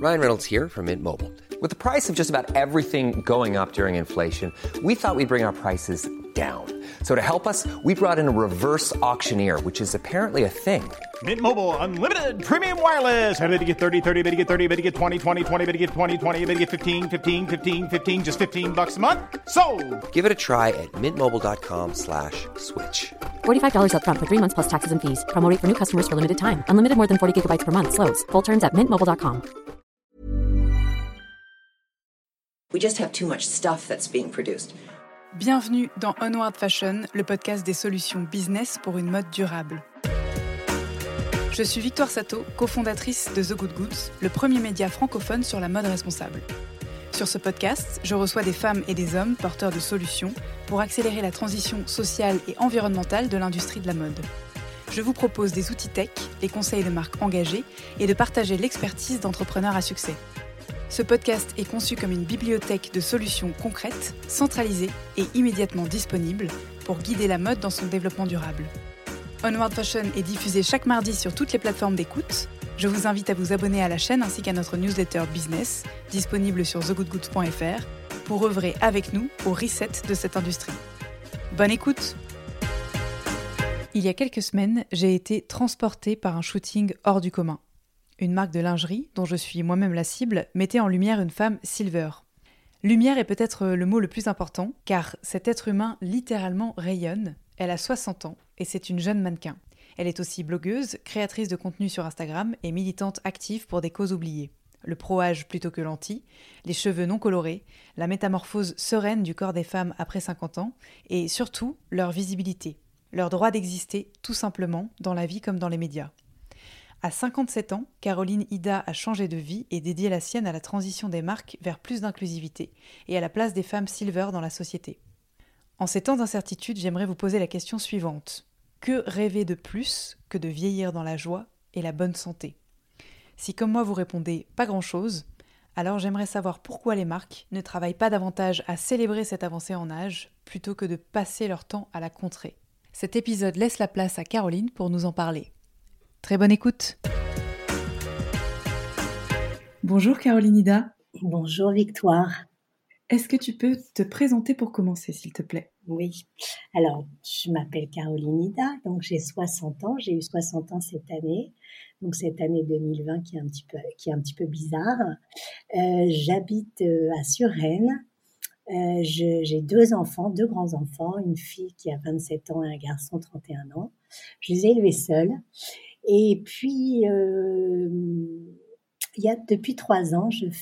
Ryan Reynolds here from Mint Mobile. With the price of just about everything going up during inflation, we thought we'd bring our prices down. So to help us, we brought in a reverse auctioneer, which is apparently a thing. Mint Mobile Unlimited Premium Wireless. How to get 30, 30, bit to get 30, bit to get 20, 20, 20, bit to get 20, 20, bit to get 15, 15, 15, 15, just $15 a month? Sold! Give it a try at mintmobile.com/switch. $45 up front for 3 months plus taxes and fees. Promo rate for new customers for limited time. Unlimited more than 40 gigabytes per month. Slows full terms at mintmobile.com. We just have too much stuff that's being produced. Bienvenue dans Onward Fashion, le podcast des solutions business pour une mode durable. Je suis Victoire Sato, cofondatrice de The Good Goods, le premier média francophone sur la mode responsable. Sur ce podcast, je reçois des femmes et des hommes porteurs de solutions pour accélérer la transition sociale et environnementale de l'industrie de la mode. Je vous propose des outils tech, les conseils de marques engagées et de partager l'expertise d'entrepreneurs à succès. Ce podcast est conçu comme une bibliothèque de solutions concrètes, centralisées et immédiatement disponibles pour guider la mode dans son développement durable. Onward Fashion est diffusé chaque mardi sur toutes les plateformes d'écoute. Je vous invite à vous abonner à la chaîne ainsi qu'à notre newsletter business, disponible sur thegoodgoods.fr, pour œuvrer avec nous au reset de cette industrie. Bonne écoute! Il y a quelques semaines, j'ai été transportée par un shooting hors du commun. Une marque de lingerie, dont je suis moi-même la cible, mettait en lumière une femme silver. Lumière est peut-être le mot le plus important, car cet être humain littéralement rayonne. Elle a 60 ans et c'est une jeune mannequin. Elle est aussi blogueuse, créatrice de contenu sur Instagram et militante active pour des causes oubliées. Le pro-âge plutôt que l'anti, les cheveux non colorés, la métamorphose sereine du corps des femmes après 50 ans et surtout leur visibilité, leur droit d'exister tout simplement dans la vie comme dans les médias. À 57 ans, Caroline Ida a changé de vie et dédié la sienne à la transition des marques vers plus d'inclusivité et à la place des femmes silver dans la société. En ces temps d'incertitude, j'aimerais vous poser la question suivante. Que rêver de plus que de vieillir dans la joie et la bonne santé ? Si comme moi vous répondez pas grand-chose, alors j'aimerais savoir pourquoi les marques ne travaillent pas davantage à célébrer cette avancée en âge plutôt que de passer leur temps à la contrer. Cet épisode laisse la place à Caroline pour nous en parler. Très bonne écoute. Bonjour Caroline Ida. Bonjour Victoire. Est-ce que tu peux te présenter pour commencer, s'il te plaît ? Oui, alors je m'appelle Caroline Ida, donc j'ai 60 ans, j'ai eu 60 ans cette année, donc cette année 2020 qui est un petit peu bizarre. J'habite à Suresnes, j'ai deux grands-enfants, une fille qui a 27 ans et un garçon 31 ans. Je les ai élevés seuls. Et puis, depuis 3 ans, je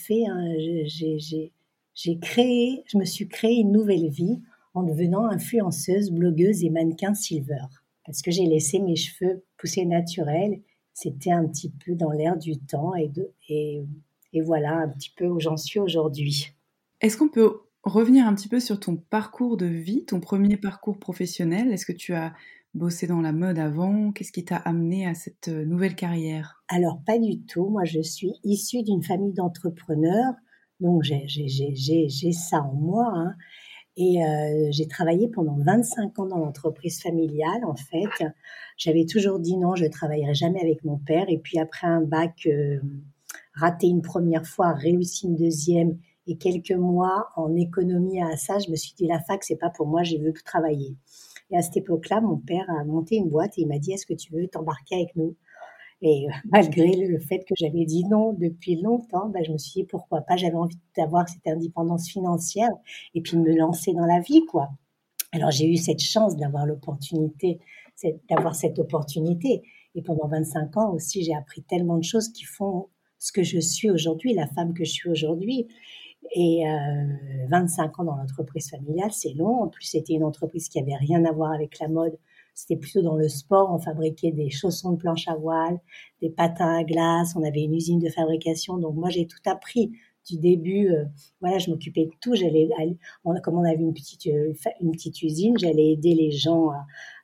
me suis créé une nouvelle vie en devenant influenceuse, blogueuse et mannequin silver. Parce que j'ai laissé mes cheveux pousser naturels. C'était un petit peu dans l'air du temps et voilà un petit peu où j'en suis aujourd'hui. Est-ce qu'on peut revenir un petit peu sur ton parcours de vie, ton premier parcours professionnel ? Est-ce que tu as bossé dans la mode avant ? Qu'est-ce qui t'a amené à cette nouvelle carrière ? Alors, pas du tout. Moi, je suis issue d'une famille d'entrepreneurs. Donc, j'ai ça en moi. Hein. Et j'ai travaillé pendant 25 ans dans l'entreprise familiale, en fait. J'avais toujours dit non, je ne travaillerai jamais avec mon père. Et puis, après un bac raté une première fois, réussi une deuxième et quelques mois en économie à ça, je me suis dit, la fac, c'est pas pour moi, je veux travailler. Et à cette époque-là, mon père a monté une boîte et il m'a dit, est-ce que tu veux t'embarquer avec nous ? Et malgré le fait que j'avais dit non depuis longtemps, je me suis dit, pourquoi pas ? J'avais envie d'avoir cette indépendance financière et puis de me lancer dans la vie, quoi. Alors, j'ai eu cette chance d'avoir cette opportunité. Et pendant 25 ans aussi, j'ai appris tellement de choses qui font ce que je suis aujourd'hui, la femme que je suis aujourd'hui. Et 25 ans dans l'entreprise familiale, c'est long. En plus, c'était une entreprise qui avait rien à voir avec la mode. C'était plutôt dans le sport. On fabriquait des chaussons de planche à voile, des patins à glace. On avait une usine de fabrication. Donc, moi, j'ai tout appris du début. Je m'occupais de tout. Comme on avait une petite usine, j'allais aider les gens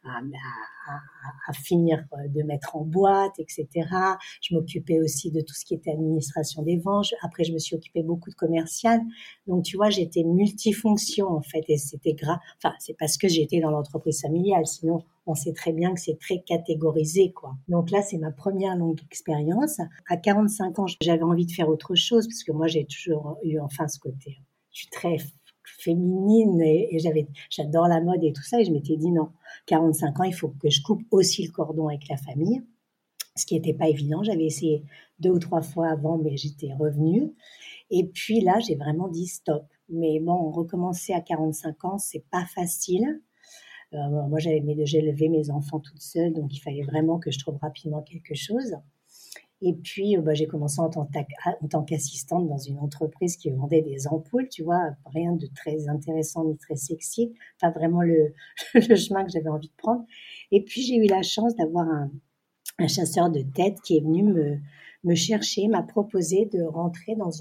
à finir de mettre en boîte, etc. Je m'occupais aussi de tout ce qui était administration des ventes. Après, je me suis occupée beaucoup de commercial. Donc, tu vois, j'étais multifonction, en fait, et c'était enfin, c'est parce que j'étais dans l'entreprise familiale. Sinon, on sait très bien que c'est très catégorisé, quoi. Donc là, c'est ma première longue expérience. À 45 ans, j'avais envie de faire autre chose, parce que moi, j'ai toujours eu, enfin, ce côté. Je suis très féminine et j'adore la mode et tout ça. Et je m'étais dit non, 45 ans, il faut que je coupe aussi le cordon avec la famille, ce qui n'était pas évident. J'avais essayé 2 ou 3 fois avant, mais j'étais revenue. Et puis là, j'ai vraiment dit stop. Mais bon, recommencer à 45 ans, c'est pas facile. Moi, j'ai élevé mes enfants toute seule, donc il fallait vraiment que je trouve rapidement quelque chose. Et puis, j'ai commencé en tant qu'assistante dans une entreprise qui vendait des ampoules, tu vois, rien de très intéressant ni très sexy, pas vraiment le chemin que j'avais envie de prendre. Et puis, j'ai eu la chance d'avoir un chasseur de tête qui est venu me chercher, m'a proposé de rentrer dans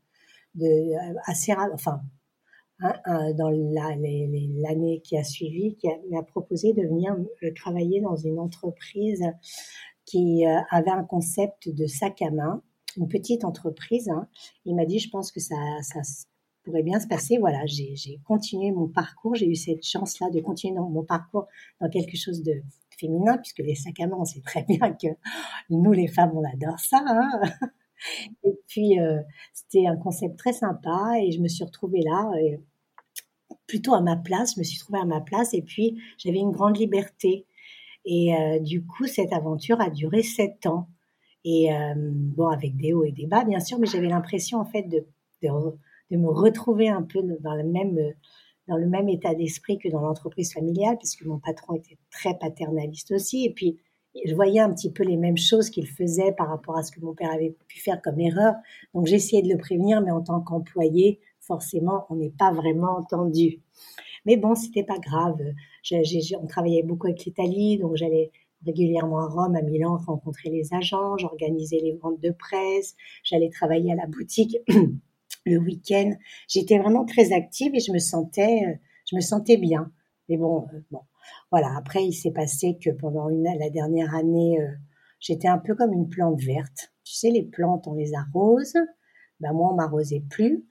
dans l'année qui a suivi, m'a proposé de venir travailler dans une entreprise qui avait un concept de sac à main, une petite entreprise. Hein. Il m'a dit, je pense que ça pourrait bien se passer. Voilà, j'ai continué mon parcours. J'ai eu cette chance-là de continuer mon parcours dans quelque chose de féminin, puisque les sacs à main, on sait très bien que nous, les femmes, on adore ça. Hein. Et puis, c'était un concept très sympa et je me suis retrouvée là, plutôt à ma place. Je me suis trouvée à ma place et puis j'avais une grande liberté. Et du coup, cette aventure a duré 7 ans. Et bon, avec des hauts et des bas, bien sûr, mais j'avais l'impression, en fait, de me retrouver un peu dans le même état d'esprit que dans l'entreprise familiale, puisque mon patron était très paternaliste aussi. Et puis, je voyais un petit peu les mêmes choses qu'il faisait par rapport à ce que mon père avait pu faire comme erreur. Donc, j'essayais de le prévenir, mais en tant qu'employé, forcément, on n'est pas vraiment entendu. Mais bon, c'était pas grave. On travaillait beaucoup avec l'Italie, donc j'allais régulièrement à Rome, à Milan, rencontrer les agents, j'organisais les ventes de presse, j'allais travailler à la boutique le week-end. J'étais vraiment très active et je me sentais bien. Mais bon, voilà. Après, il s'est passé que pendant la dernière année, j'étais un peu comme une plante verte. Tu sais, les plantes, on les arrose. Ben moi, on m'arrosait plus.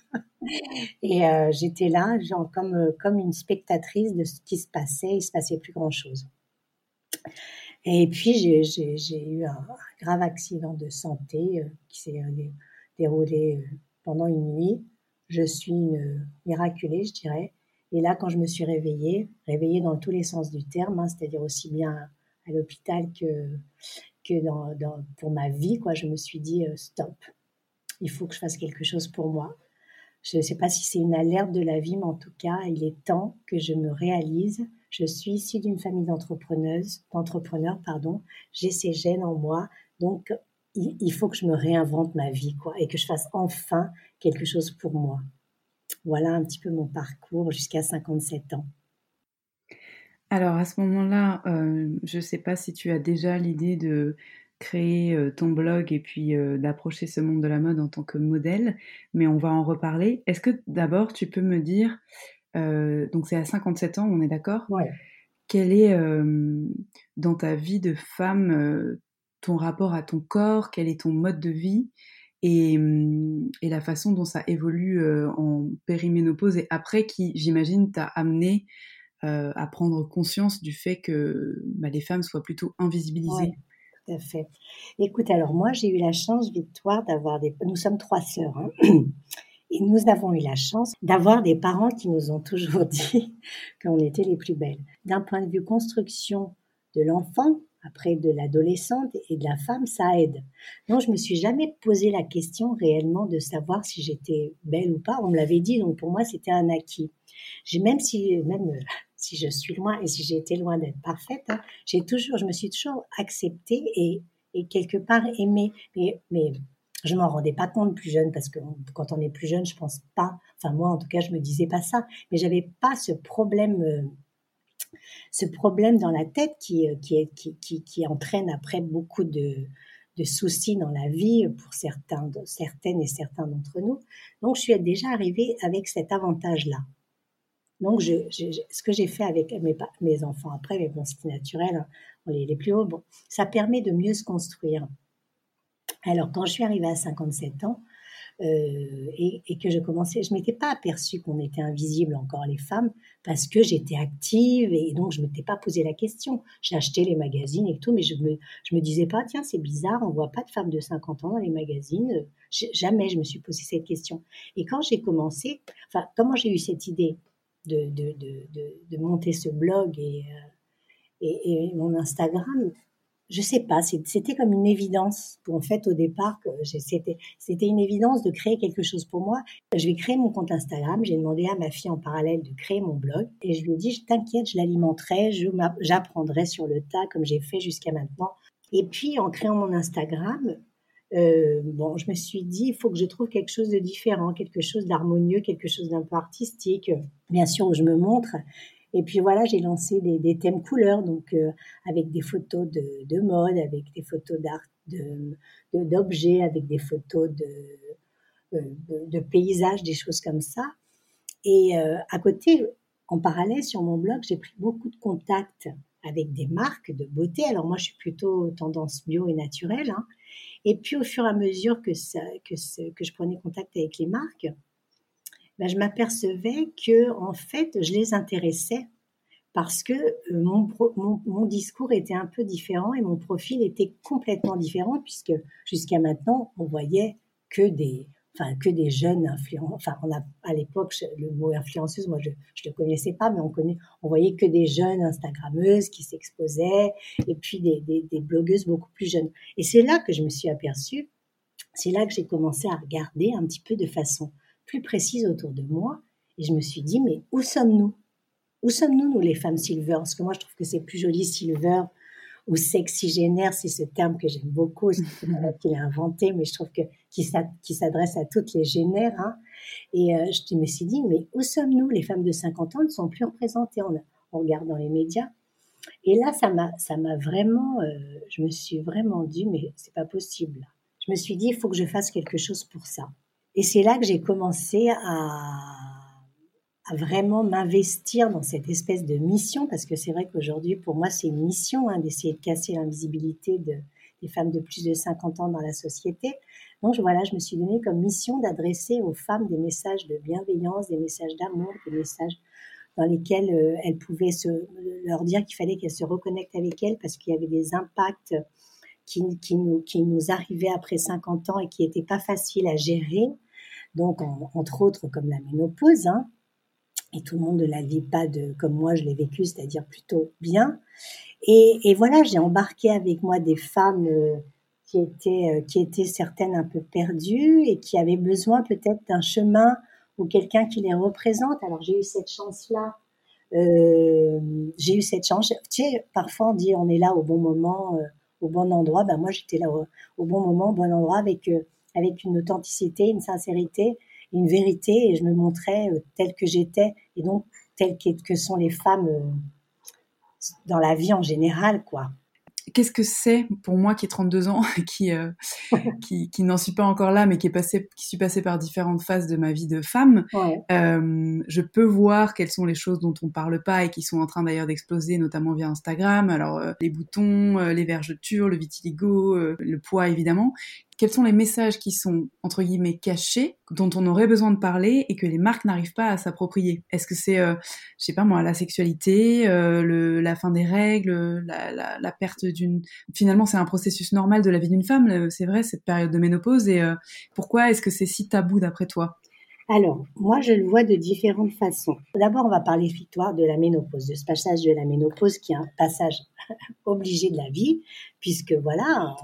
Et j'étais là, genre comme une spectatrice de ce qui se passait. Il se passait plus grand-chose. Et puis, j'ai eu un grave accident de santé qui s'est déroulé pendant une nuit. Je suis une miraculée, je dirais. Et là, quand je me suis réveillée dans tous les sens du terme, hein, c'est-à-dire aussi bien à l'hôpital que pour ma vie, quoi, je me suis dit stop, il faut que je fasse quelque chose pour moi. Je ne sais pas si c'est une alerte de la vie, mais en tout cas, il est temps que je me réalise. Je suis issue d'une famille d'entrepreneurs. J'ai ces gènes en moi. Donc, il faut que je me réinvente ma vie, quoi, et que je fasse enfin quelque chose pour moi. Voilà un petit peu mon parcours jusqu'à 57 ans. Alors, à ce moment-là, je ne sais pas si tu as déjà l'idée de créer ton blog et puis d'approcher ce monde de la mode en tant que modèle, mais on va en reparler. Est-ce que d'abord, tu peux me dire, donc c'est à 57 ans, on est d'accord ? Ouais. Quel est, dans ta vie de femme, ton rapport à ton corps ? Quel est ton mode de vie ? Et la façon dont ça évolue en périménopause et après, qui, j'imagine, t'a amené à prendre conscience du fait que les femmes soient plutôt invisibilisées. Ouais, tout à fait. Écoute, alors moi, j'ai eu la chance, Victoire, nous sommes 3 sœurs, hein, et nous avons eu la chance d'avoir des parents qui nous ont toujours dit qu'on était les plus belles. D'un point de vue construction de l'enfant, après de l'adolescente et de la femme, ça aide. Donc, je me suis jamais posé la question réellement de savoir si j'étais belle ou pas. On me l'avait dit, donc pour moi, c'était un acquis. Même si je suis loin et si j'ai été loin d'être parfaite, hein, je me suis toujours acceptée et quelque part aimée. Mais je m'en rendais pas compte plus jeune parce que quand on est plus jeune, je pense pas. Enfin moi, en tout cas, je me disais pas ça. Mais j'avais pas ce problème dans la tête qui entraîne après beaucoup de soucis dans la vie pour certaines et certains d'entre nous. Donc, je suis déjà arrivée avec cet avantage-là. Donc, ce que j'ai fait avec mes enfants après, mais bon, c'était naturel, hein, les plus hauts, bon, ça permet de mieux se construire. Alors, quand je suis arrivée à 57 ans, et que je m'étais pas aperçue qu'on était invisibles encore les femmes parce que j'étais active et donc je m'étais pas posé la question. J'ai acheté les magazines et tout, mais je me disais pas, tiens, c'est bizarre, on voit pas de femmes de 50 ans dans les magazines. Jamais je me suis posé cette question. Et quand j'ai commencé, enfin, comment j'ai eu cette idée de monter ce blog et mon Instagram, je sais pas, c'était comme une évidence. En fait, au départ, c'était une évidence de créer quelque chose pour moi. Je vais créer mon compte Instagram. J'ai demandé à ma fille en parallèle de créer mon blog. Et je lui ai dit, t'inquiète, je l'alimenterai, j'apprendrai sur le tas comme j'ai fait jusqu'à maintenant. Et puis, en créant mon Instagram, je me suis dit, il faut que je trouve quelque chose de différent, quelque chose d'harmonieux, quelque chose d'un peu artistique. Bien sûr, où je me montre. Et puis voilà, j'ai lancé des thèmes couleurs, donc avec des photos de mode, avec des photos d'art, d'objets, avec des photos de paysages, des choses comme ça. Et à côté, en parallèle, sur mon blog, j'ai pris beaucoup de contacts avec des marques de beauté. Alors moi, je suis plutôt tendance bio et naturelle, hein. Et puis au fur et à mesure que je prenais contact avec les marques, je m'apercevais que en fait, je les intéressais parce que mon discours était un peu différent et mon profil était complètement différent puisque jusqu'à maintenant, on voyait que des jeunes influenceurs. Enfin, à l'époque, le mot influenceuse, moi, je le connaissais pas, mais on voyait que des jeunes Instagrammeuses qui s'exposaient et puis des blogueuses beaucoup plus jeunes. Et c'est là que je me suis aperçue, c'est là que j'ai commencé à regarder un petit peu de façon plus précise autour de moi et je me suis dit, mais où sommes-nous ? Où sommes-nous, nous, les femmes silver ? Parce que moi, je trouve que c'est plus joli, silver, ou sexygénaire, c'est ce terme que j'aime beaucoup, c'est qu'il a inventé, mais je trouve qu'il s'adresse à toutes les génères. Hein. Et je me suis dit, mais où sommes-nous ? Les femmes de 50 ans ne sont plus représentées. On regarde dans les médias. Et là, ça m'a vraiment, je me suis vraiment dit, mais c'est pas possible. Je me suis dit, il faut que je fasse quelque chose pour ça. Et c'est là que j'ai commencé à vraiment m'investir dans cette espèce de mission, parce que c'est vrai qu'aujourd'hui, pour moi, c'est une mission d'essayer de casser l'invisibilité des femmes de plus de 50 ans dans la société. Donc voilà, je me suis donné comme mission d'adresser aux femmes des messages de bienveillance, des messages d'amour, des messages dans lesquels elles pouvaient leur dire qu'il fallait qu'elles se reconnectent avec elles, parce qu'il y avait des impacts qui nous arrivaient après 50 ans et qui n'étaient pas faciles à gérer. Donc, entre autres, comme la ménopause, hein. Et tout le monde ne la vit pas comme moi je l'ai vécu, c'est-à-dire plutôt bien. Et voilà, j'ai embarqué avec moi des femmes qui étaient certaines un peu perdues et qui avaient besoin peut-être d'un chemin ou quelqu'un qui les représente. Alors j'ai eu cette chance-là. J'ai eu cette chance. Tu sais, parfois on dit on est là au bon moment, au bon endroit. Moi j'étais là au bon moment, au bon endroit avec une authenticité, une sincérité, une vérité, et je me montrais telle que j'étais, et donc telles que sont les femmes dans la vie en général, quoi. Qu'est-ce que c'est pour moi qui ai 32 ans, qui n'en suis pas encore là, mais qui suis passée par différentes phases de ma vie de femme. Ouais. Je peux voir quelles sont les choses dont on parle pas et qui sont en train d'ailleurs d'exploser, notamment via Instagram. Alors les boutons, les vergetures, le vitiligo, le poids évidemment. Quels sont les messages qui sont, entre guillemets, cachés, dont on aurait besoin de parler et que les marques n'arrivent pas à s'approprier ? Est-ce que c'est, je sais pas moi, la sexualité, la fin des règles, la perte d'une... Finalement, c'est un processus normal de la vie d'une femme, c'est vrai, cette période de ménopause. Et pourquoi est-ce que c'est si tabou d'après toi ? Alors, moi, je le vois de différentes façons. D'abord, on va parler, Victoire, de la ménopause, de ce passage de la ménopause qui est un passage obligé de la vie, puisque voilà,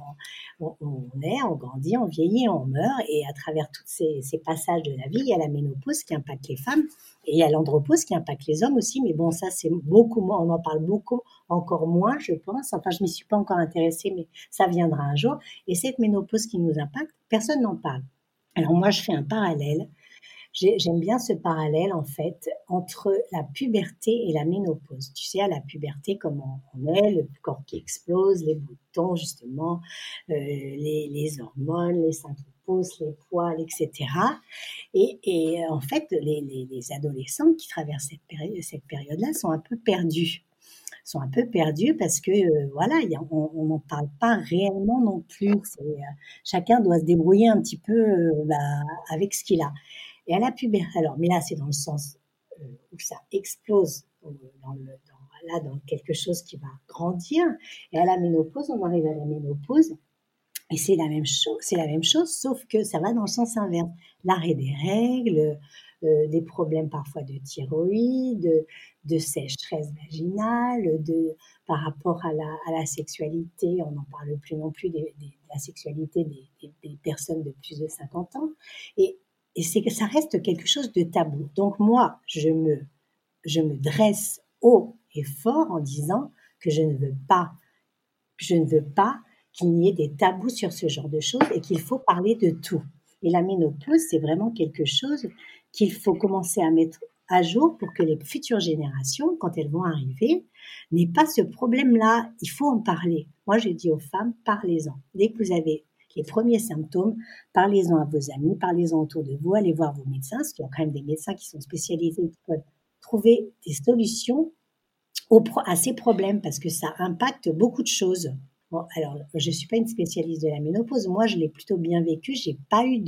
on grandit, on vieillit, on meurt, et à travers tous ces passages de la vie, il y a la ménopause qui impacte les femmes, et il y a l'andropause qui impacte les hommes aussi, mais bon, ça c'est beaucoup moins, on en parle beaucoup, encore moins, je pense, enfin je m'y suis pas encore intéressée, mais ça viendra un jour, et cette ménopause qui nous impacte, personne n'en parle. Alors moi, je fais un parallèle j'aime bien ce parallèle, en fait, entre la puberté et la ménopause. Tu sais, à la puberté, comment on est, le corps qui explose, les boutons, justement, les hormones, les seins qui poussent, les poils, etc. Et en fait, les adolescents qui traversent cette période-là sont un peu perdus parce que voilà, on n'en parle pas réellement non plus. Chacun doit se débrouiller un petit peu avec ce qu'il a. Et à la puberté, alors, mais là, c'est dans le sens où ça explose dans quelque chose qui va grandir. Et à la ménopause, on arrive à la ménopause. Et c'est la même chose, sauf que ça va dans le sens inverse. L'arrêt des règles, des problèmes parfois de thyroïde, de sécheresse vaginale, par rapport à la sexualité, on n'en parle plus non plus de la sexualité des personnes de plus de 50 ans. Et c'est que ça reste quelque chose de tabou. Donc moi, je me dresse haut et fort en disant que je ne veux pas qu'il n'y ait des tabous sur ce genre de choses et qu'il faut parler de tout. Et la ménopause, c'est vraiment quelque chose qu'il faut commencer à mettre à jour pour que les futures générations, quand elles vont arriver, n'aient pas ce problème-là. Il faut en parler. Moi, je dis aux femmes, parlez-en. Dès que vous avez les premiers symptômes, parlez-en à vos amis, parlez-en autour de vous, allez voir vos médecins, parce qu'il y a quand même des médecins qui sont spécialisés et qui peuvent trouver des solutions à ces problèmes, parce que ça impacte beaucoup de choses. Bon, alors, je suis pas une spécialiste de la ménopause. Moi, je l'ai plutôt bien vécu. J'ai pas eu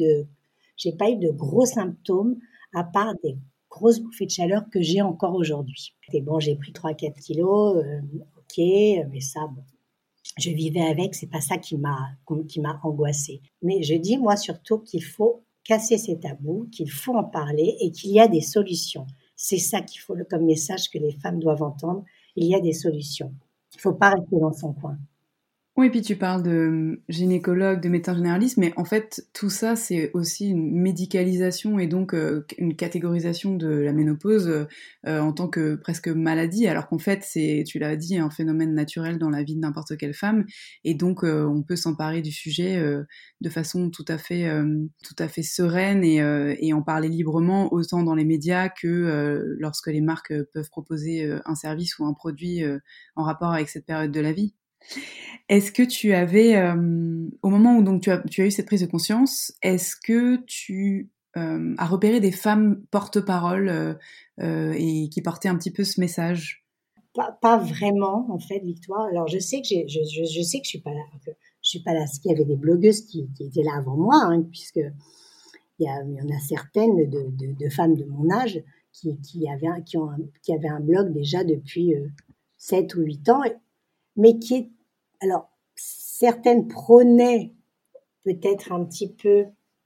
de gros symptômes, à part des grosses bouffées de chaleur que j'ai encore aujourd'hui. Et bon, j'ai pris 3-4 kilos, ok, mais ça, bon, je vivais avec. C'est pas ça qui m'a angoissée. Mais je dis, moi, surtout qu'il faut casser ces tabous, qu'il faut en parler et qu'il y a des solutions. C'est ça qu'il faut, comme message que les femmes doivent entendre. Il y a des solutions. Il faut pas rester dans son coin. Oui, puis tu parles de gynécologue, de médecin généraliste, mais en fait, tout ça, c'est aussi une médicalisation et donc une catégorisation de la ménopause en tant que presque maladie, alors qu'en fait, c'est, tu l'as dit, un phénomène naturel dans la vie de n'importe quelle femme, et donc on peut s'emparer du sujet de façon tout à fait sereine et en parler librement, autant dans les médias que lorsque les marques peuvent proposer un service ou un produit en rapport avec cette période de la vie. Est-ce que tu avais, au moment où donc tu as eu cette prise de conscience, est-ce que tu as repéré des femmes porte-parole et qui portaient un petit peu ce message? Pas vraiment, en fait, Victoire. Alors, je sais que je suis pas là. Je suis pas là. Il y avait des blogueuses qui étaient là avant moi, hein, puisque il y en a certaines de femmes de mon âge qui avaient un blog déjà depuis 7 ou 8 ans, mais alors, certaines prônaient peut-être un petit peu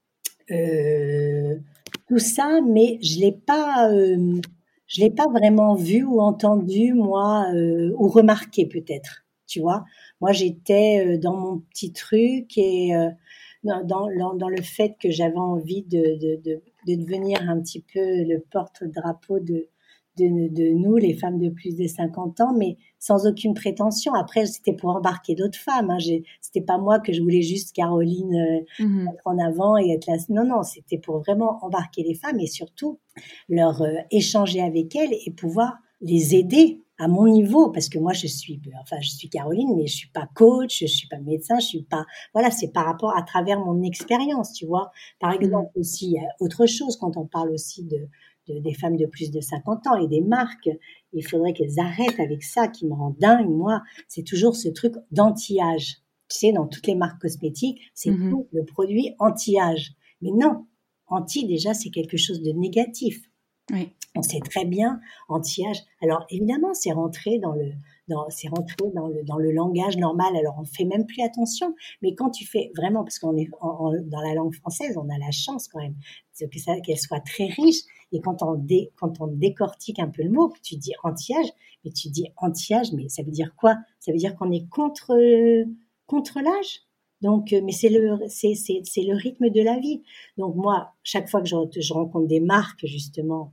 tout ça, mais je l'ai pas vraiment vu ou entendu, moi, ou remarqué peut-être, tu vois. Moi, j'étais dans mon petit truc et dans le fait que j'avais envie de devenir un petit peu le porte-drapeau de nous, les femmes de plus de 50 ans, mais sans aucune prétention. Après, c'était pour embarquer d'autres femmes. Hein. C'était pas moi que je voulais juste Caroline mettre en avant et être là. Non, c'était pour vraiment embarquer les femmes et surtout leur échanger avec elles et pouvoir les aider à mon niveau, parce que moi je suis Caroline, mais je suis pas coach, je suis pas médecin, je suis pas, voilà, c'est par rapport à travers mon expérience, tu vois. Par exemple aussi, il y a autre chose quand on parle aussi des femmes de plus de 50 ans et des marques, il faudrait qu'elles arrêtent avec ça qui me rend dingue, moi, c'est toujours ce truc d'anti-âge. Tu sais, dans toutes les marques cosmétiques, c'est tout le produit anti-âge. Mais non, anti déjà, c'est quelque chose de négatif. Oui. On sait très bien, anti-âge. Alors évidemment, c'est rentré dans le langage normal. Alors on fait même plus attention. Mais quand tu fais vraiment, parce qu'on est dans la langue française, on a la chance quand même qu'elle soit très riche. Et quand on décortique un peu le mot, que tu dis anti-âge, mais tu dis anti-âge, mais ça veut dire quoi? Ça veut dire qu'on est contre l'âge. Donc, mais c'est le rythme de la vie. Donc moi, chaque fois que je rencontre des marques justement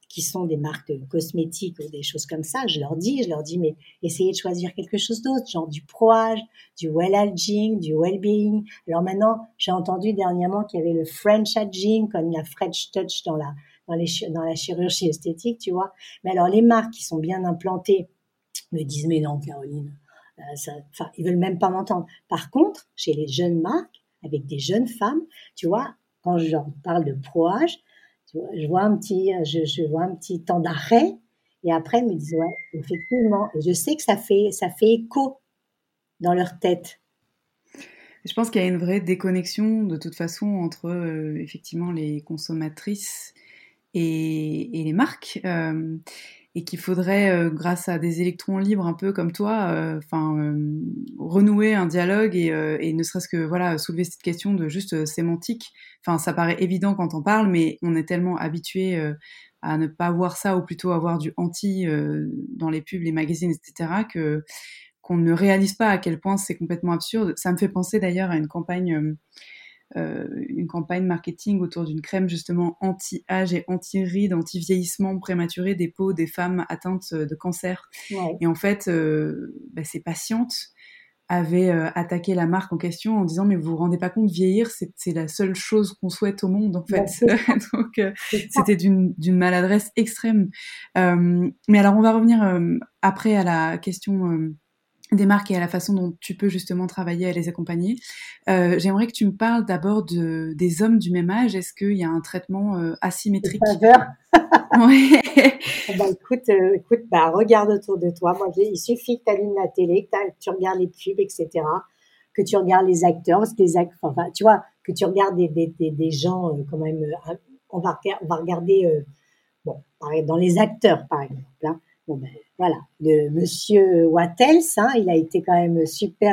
qui sont des marques cosmétiques ou des choses comme ça, je leur dis, mais essayez de choisir quelque chose d'autre, genre du pro-âge, du well-aging, du well-being. Alors maintenant, j'ai entendu dernièrement qu'il y avait le French aging, comme la French touch dans la chirurgie esthétique, tu vois. Mais alors, les marques qui sont bien implantées me disent, mais non, Caroline, ils veulent même pas m'entendre. Par contre, chez les jeunes marques, avec des jeunes femmes, tu vois, quand je leur parle de pro-âge, je vois un petit temps d'arrêt et après ils me disent ouais, effectivement. Et je sais que ça fait écho dans leur tête. Je pense qu'il y a une vraie déconnexion de toute façon entre effectivement les consommatrices et les marques. Et qu'il faudrait, grâce à des électrons libres un peu comme toi, renouer un dialogue et ne serait-ce que voilà soulever cette question de juste sémantique. Enfin, ça paraît évident quand on parle, mais on est tellement habitué à ne pas voir ça ou plutôt avoir du anti dans les pubs, les magazines, etc. qu'on ne réalise pas à quel point c'est complètement absurde. Ça me fait penser d'ailleurs à une campagne marketing autour d'une crème justement anti-âge et anti-rides, anti-vieillissement prématuré des peaux des femmes atteintes de cancer. Ouais. Et en fait, ces patientes avaient attaqué la marque en question en disant mais vous vous rendez pas compte, vieillir c'est la seule chose qu'on souhaite au monde en fait. Donc c'était d'une maladresse extrême. Mais alors on va revenir après à la question des marques et à la façon dont tu peux justement travailler à les accompagner. J'aimerais que tu me parles d'abord des hommes du même âge. Est-ce qu'il y a un traitement asymétrique? Oui. Écoute, regarde autour de toi. Moi, il suffit que tu allumes la télé, que tu regardes les pubs, etc., que tu regardes les acteurs, parce que tu vois, que tu regardes des gens quand même. On va regarder, dans les acteurs, par exemple. Hein. Voilà, le monsieur Wattels, il a été quand même super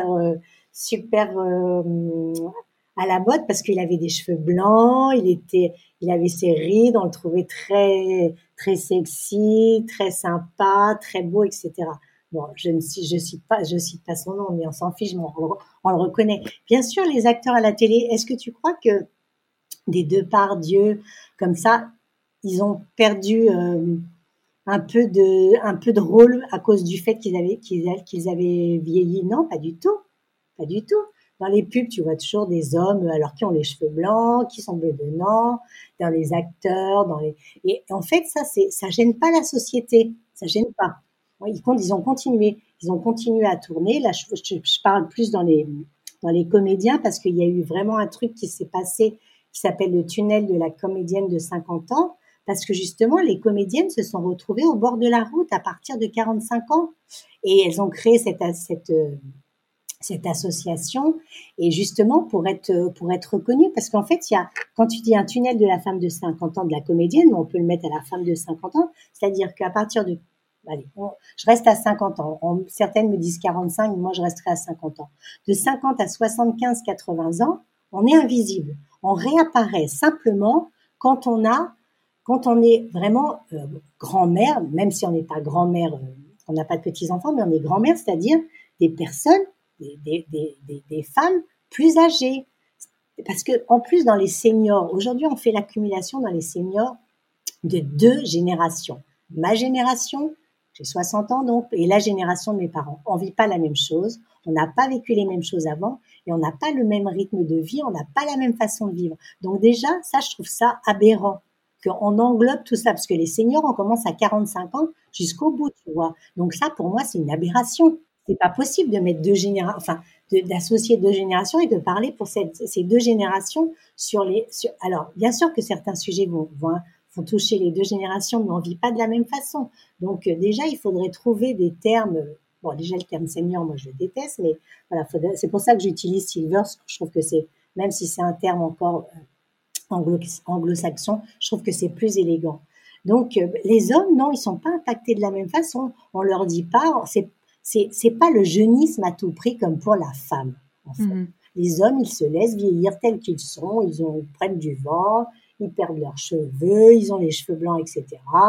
à la mode parce qu'il avait des cheveux blancs, il avait ses rides, on le trouvait très très sexy, très sympa, très beau, etc. Bon, je cite pas son nom, mais on s'en fiche, on le reconnaît. Bien sûr, les acteurs à la télé, est-ce que tu crois que des Depardieu comme ça, ils ont perdu un peu de rôle à cause du fait qu'ils avaient vieilli? Non, pas du tout. Dans les pubs, tu vois toujours des hommes alors qui ont les cheveux blancs, qui sont bedonnants, dans les acteurs, et en fait ça gêne pas la société, ça gêne pas. Ils ont continué à tourner. Là, je parle plus dans les comédiens parce qu'il y a eu vraiment un truc qui s'est passé qui s'appelle le tunnel de la comédienne de 50 ans. Parce que justement, les comédiennes se sont retrouvées au bord de la route à partir de 45 ans. Et elles ont créé cette association, et justement pour être reconnues. Parce qu'en fait, quand tu dis un tunnel de la femme de 50 ans, de la comédienne, on peut le mettre à la femme de 50 ans. C'est-à-dire qu'à partir de... je reste à 50 ans. Certaines me disent 45, moi je resterai à 50 ans. De 50 à 75, 80 ans, on est invisible. On réapparaît simplement quand on est vraiment grand-mère, même si on n'est pas grand-mère, on n'a pas de petits-enfants, mais on est grand-mère, c'est-à-dire des personnes, des femmes plus âgées. Parce que en plus, dans les seniors, aujourd'hui, on fait l'accumulation dans les seniors de 2 générations. Ma génération, j'ai 60 ans, donc, et la génération de mes parents. On ne vit pas la même chose, on n'a pas vécu les mêmes choses avant, et on n'a pas le même rythme de vie, on n'a pas la même façon de vivre. Donc déjà, ça, je trouve ça aberrant. Qu'on englobe tout ça, parce que les seniors, on commence à 45 ans jusqu'au bout, tu vois. Donc ça, pour moi, c'est une aberration. C'est pas possible de mettre d'associer 2 générations et de parler pour ces 2 générations alors, bien sûr que certains sujets vont toucher les 2 générations, mais on vit pas de la même façon. Donc, déjà, il faudrait trouver des termes. Bon, déjà, le terme senior, moi, je le déteste, mais voilà, c'est pour ça que j'utilise silver. Je trouve que même si c'est un terme encore anglo-saxon, je trouve que c'est plus élégant. Donc, les hommes, non, ils sont pas impactés de la même façon. On leur dit pas, c'est pas le jeunisme à tout prix comme pour la femme, en fait. Mm-hmm. Les hommes, ils se laissent vieillir tels qu'ils sont, ils prennent du vent, ils perdent leurs cheveux, ils ont les cheveux blancs, etc.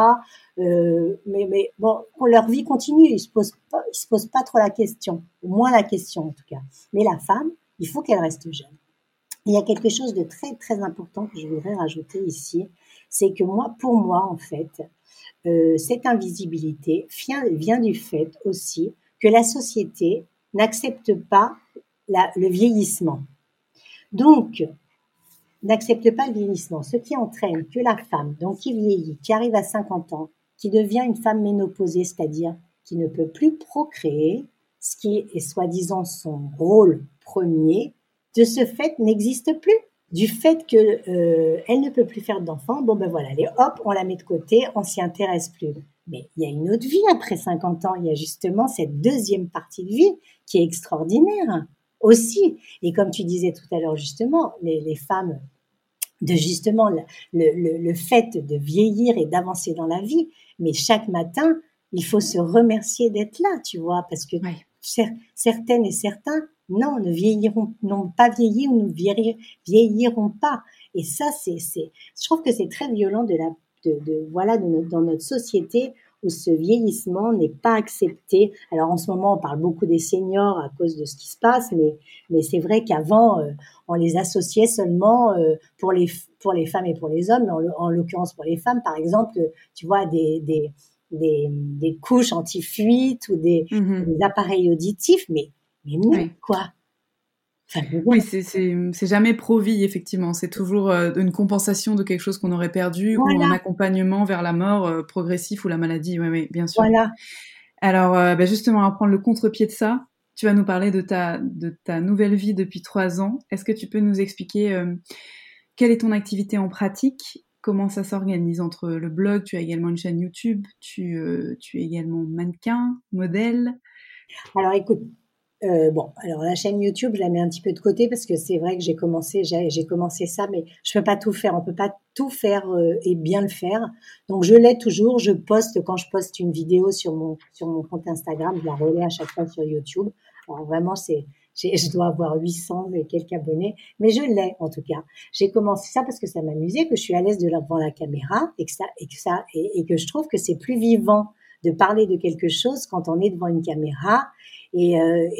Mais bon, leur vie continue, ils se posent pas trop la question, au moins la question en tout cas. Mais la femme, il faut qu'elle reste jeune. Il y a quelque chose de très, très important que je voudrais rajouter ici, c'est que pour moi, en fait, cette invisibilité vient du fait aussi que la société n'accepte pas le vieillissement. Donc, n'accepte pas le vieillissement, ce qui entraîne que la femme, donc qui vieillit, qui arrive à 50 ans, qui devient une femme ménopausée, c'est-à-dire qui ne peut plus procréer, ce qui est soi-disant son rôle premier, de ce fait n'existe plus. Du fait que elle ne peut plus faire d'enfants, bon ben voilà, allez hop, on la met de côté, on s'y intéresse plus. Mais il y a une autre vie après 50 ans, il y a justement cette deuxième partie de vie qui est extraordinaire aussi. Et comme tu disais tout à l'heure justement, les femmes, de justement le fait de vieillir et d'avancer dans la vie, mais chaque matin, il faut se remercier d'être là, tu vois, parce que certaines et certains, non, n'ont pas vieilli ou ne vieilliront pas. Et ça, je trouve que c'est très violent dans notre société où ce vieillissement n'est pas accepté. Alors en ce moment, on parle beaucoup des seniors à cause de ce qui se passe, mais c'est vrai qu'avant, on les associait seulement pour les femmes et pour les hommes, mais en l'occurrence pour les femmes, par exemple, tu vois, des couches anti-fuite ou des appareils auditifs, mais quoi. Enfin, oui, c'est jamais pro-vie, effectivement. C'est toujours une compensation de quelque chose qu'on aurait perdu ou un accompagnement vers la mort progressif ou la maladie. Oui, bien sûr. Voilà. Alors, justement, à prendre le contre-pied de ça, tu vas nous parler de ta nouvelle vie depuis 3 ans. Est-ce que tu peux nous expliquer quelle est ton activité en pratique? Comment ça s'organise entre le blog? Tu as également une chaîne YouTube. Tu es également mannequin, modèle. Alors, écoute, alors la chaîne YouTube, je la mets un petit peu de côté parce que c'est vrai que j'ai commencé ça, mais je peux pas tout faire. On peut pas tout faire et bien le faire. Donc je l'ai toujours. Quand je poste une vidéo sur mon compte Instagram, je la relais à chaque fois sur YouTube. Alors vraiment, je dois avoir 800 et quelques abonnés, mais je l'ai en tout cas. J'ai commencé ça parce que ça m'amusait, que je suis à l'aise devant la caméra et que je trouve que c'est plus vivant de parler de quelque chose quand on est devant une caméra. Et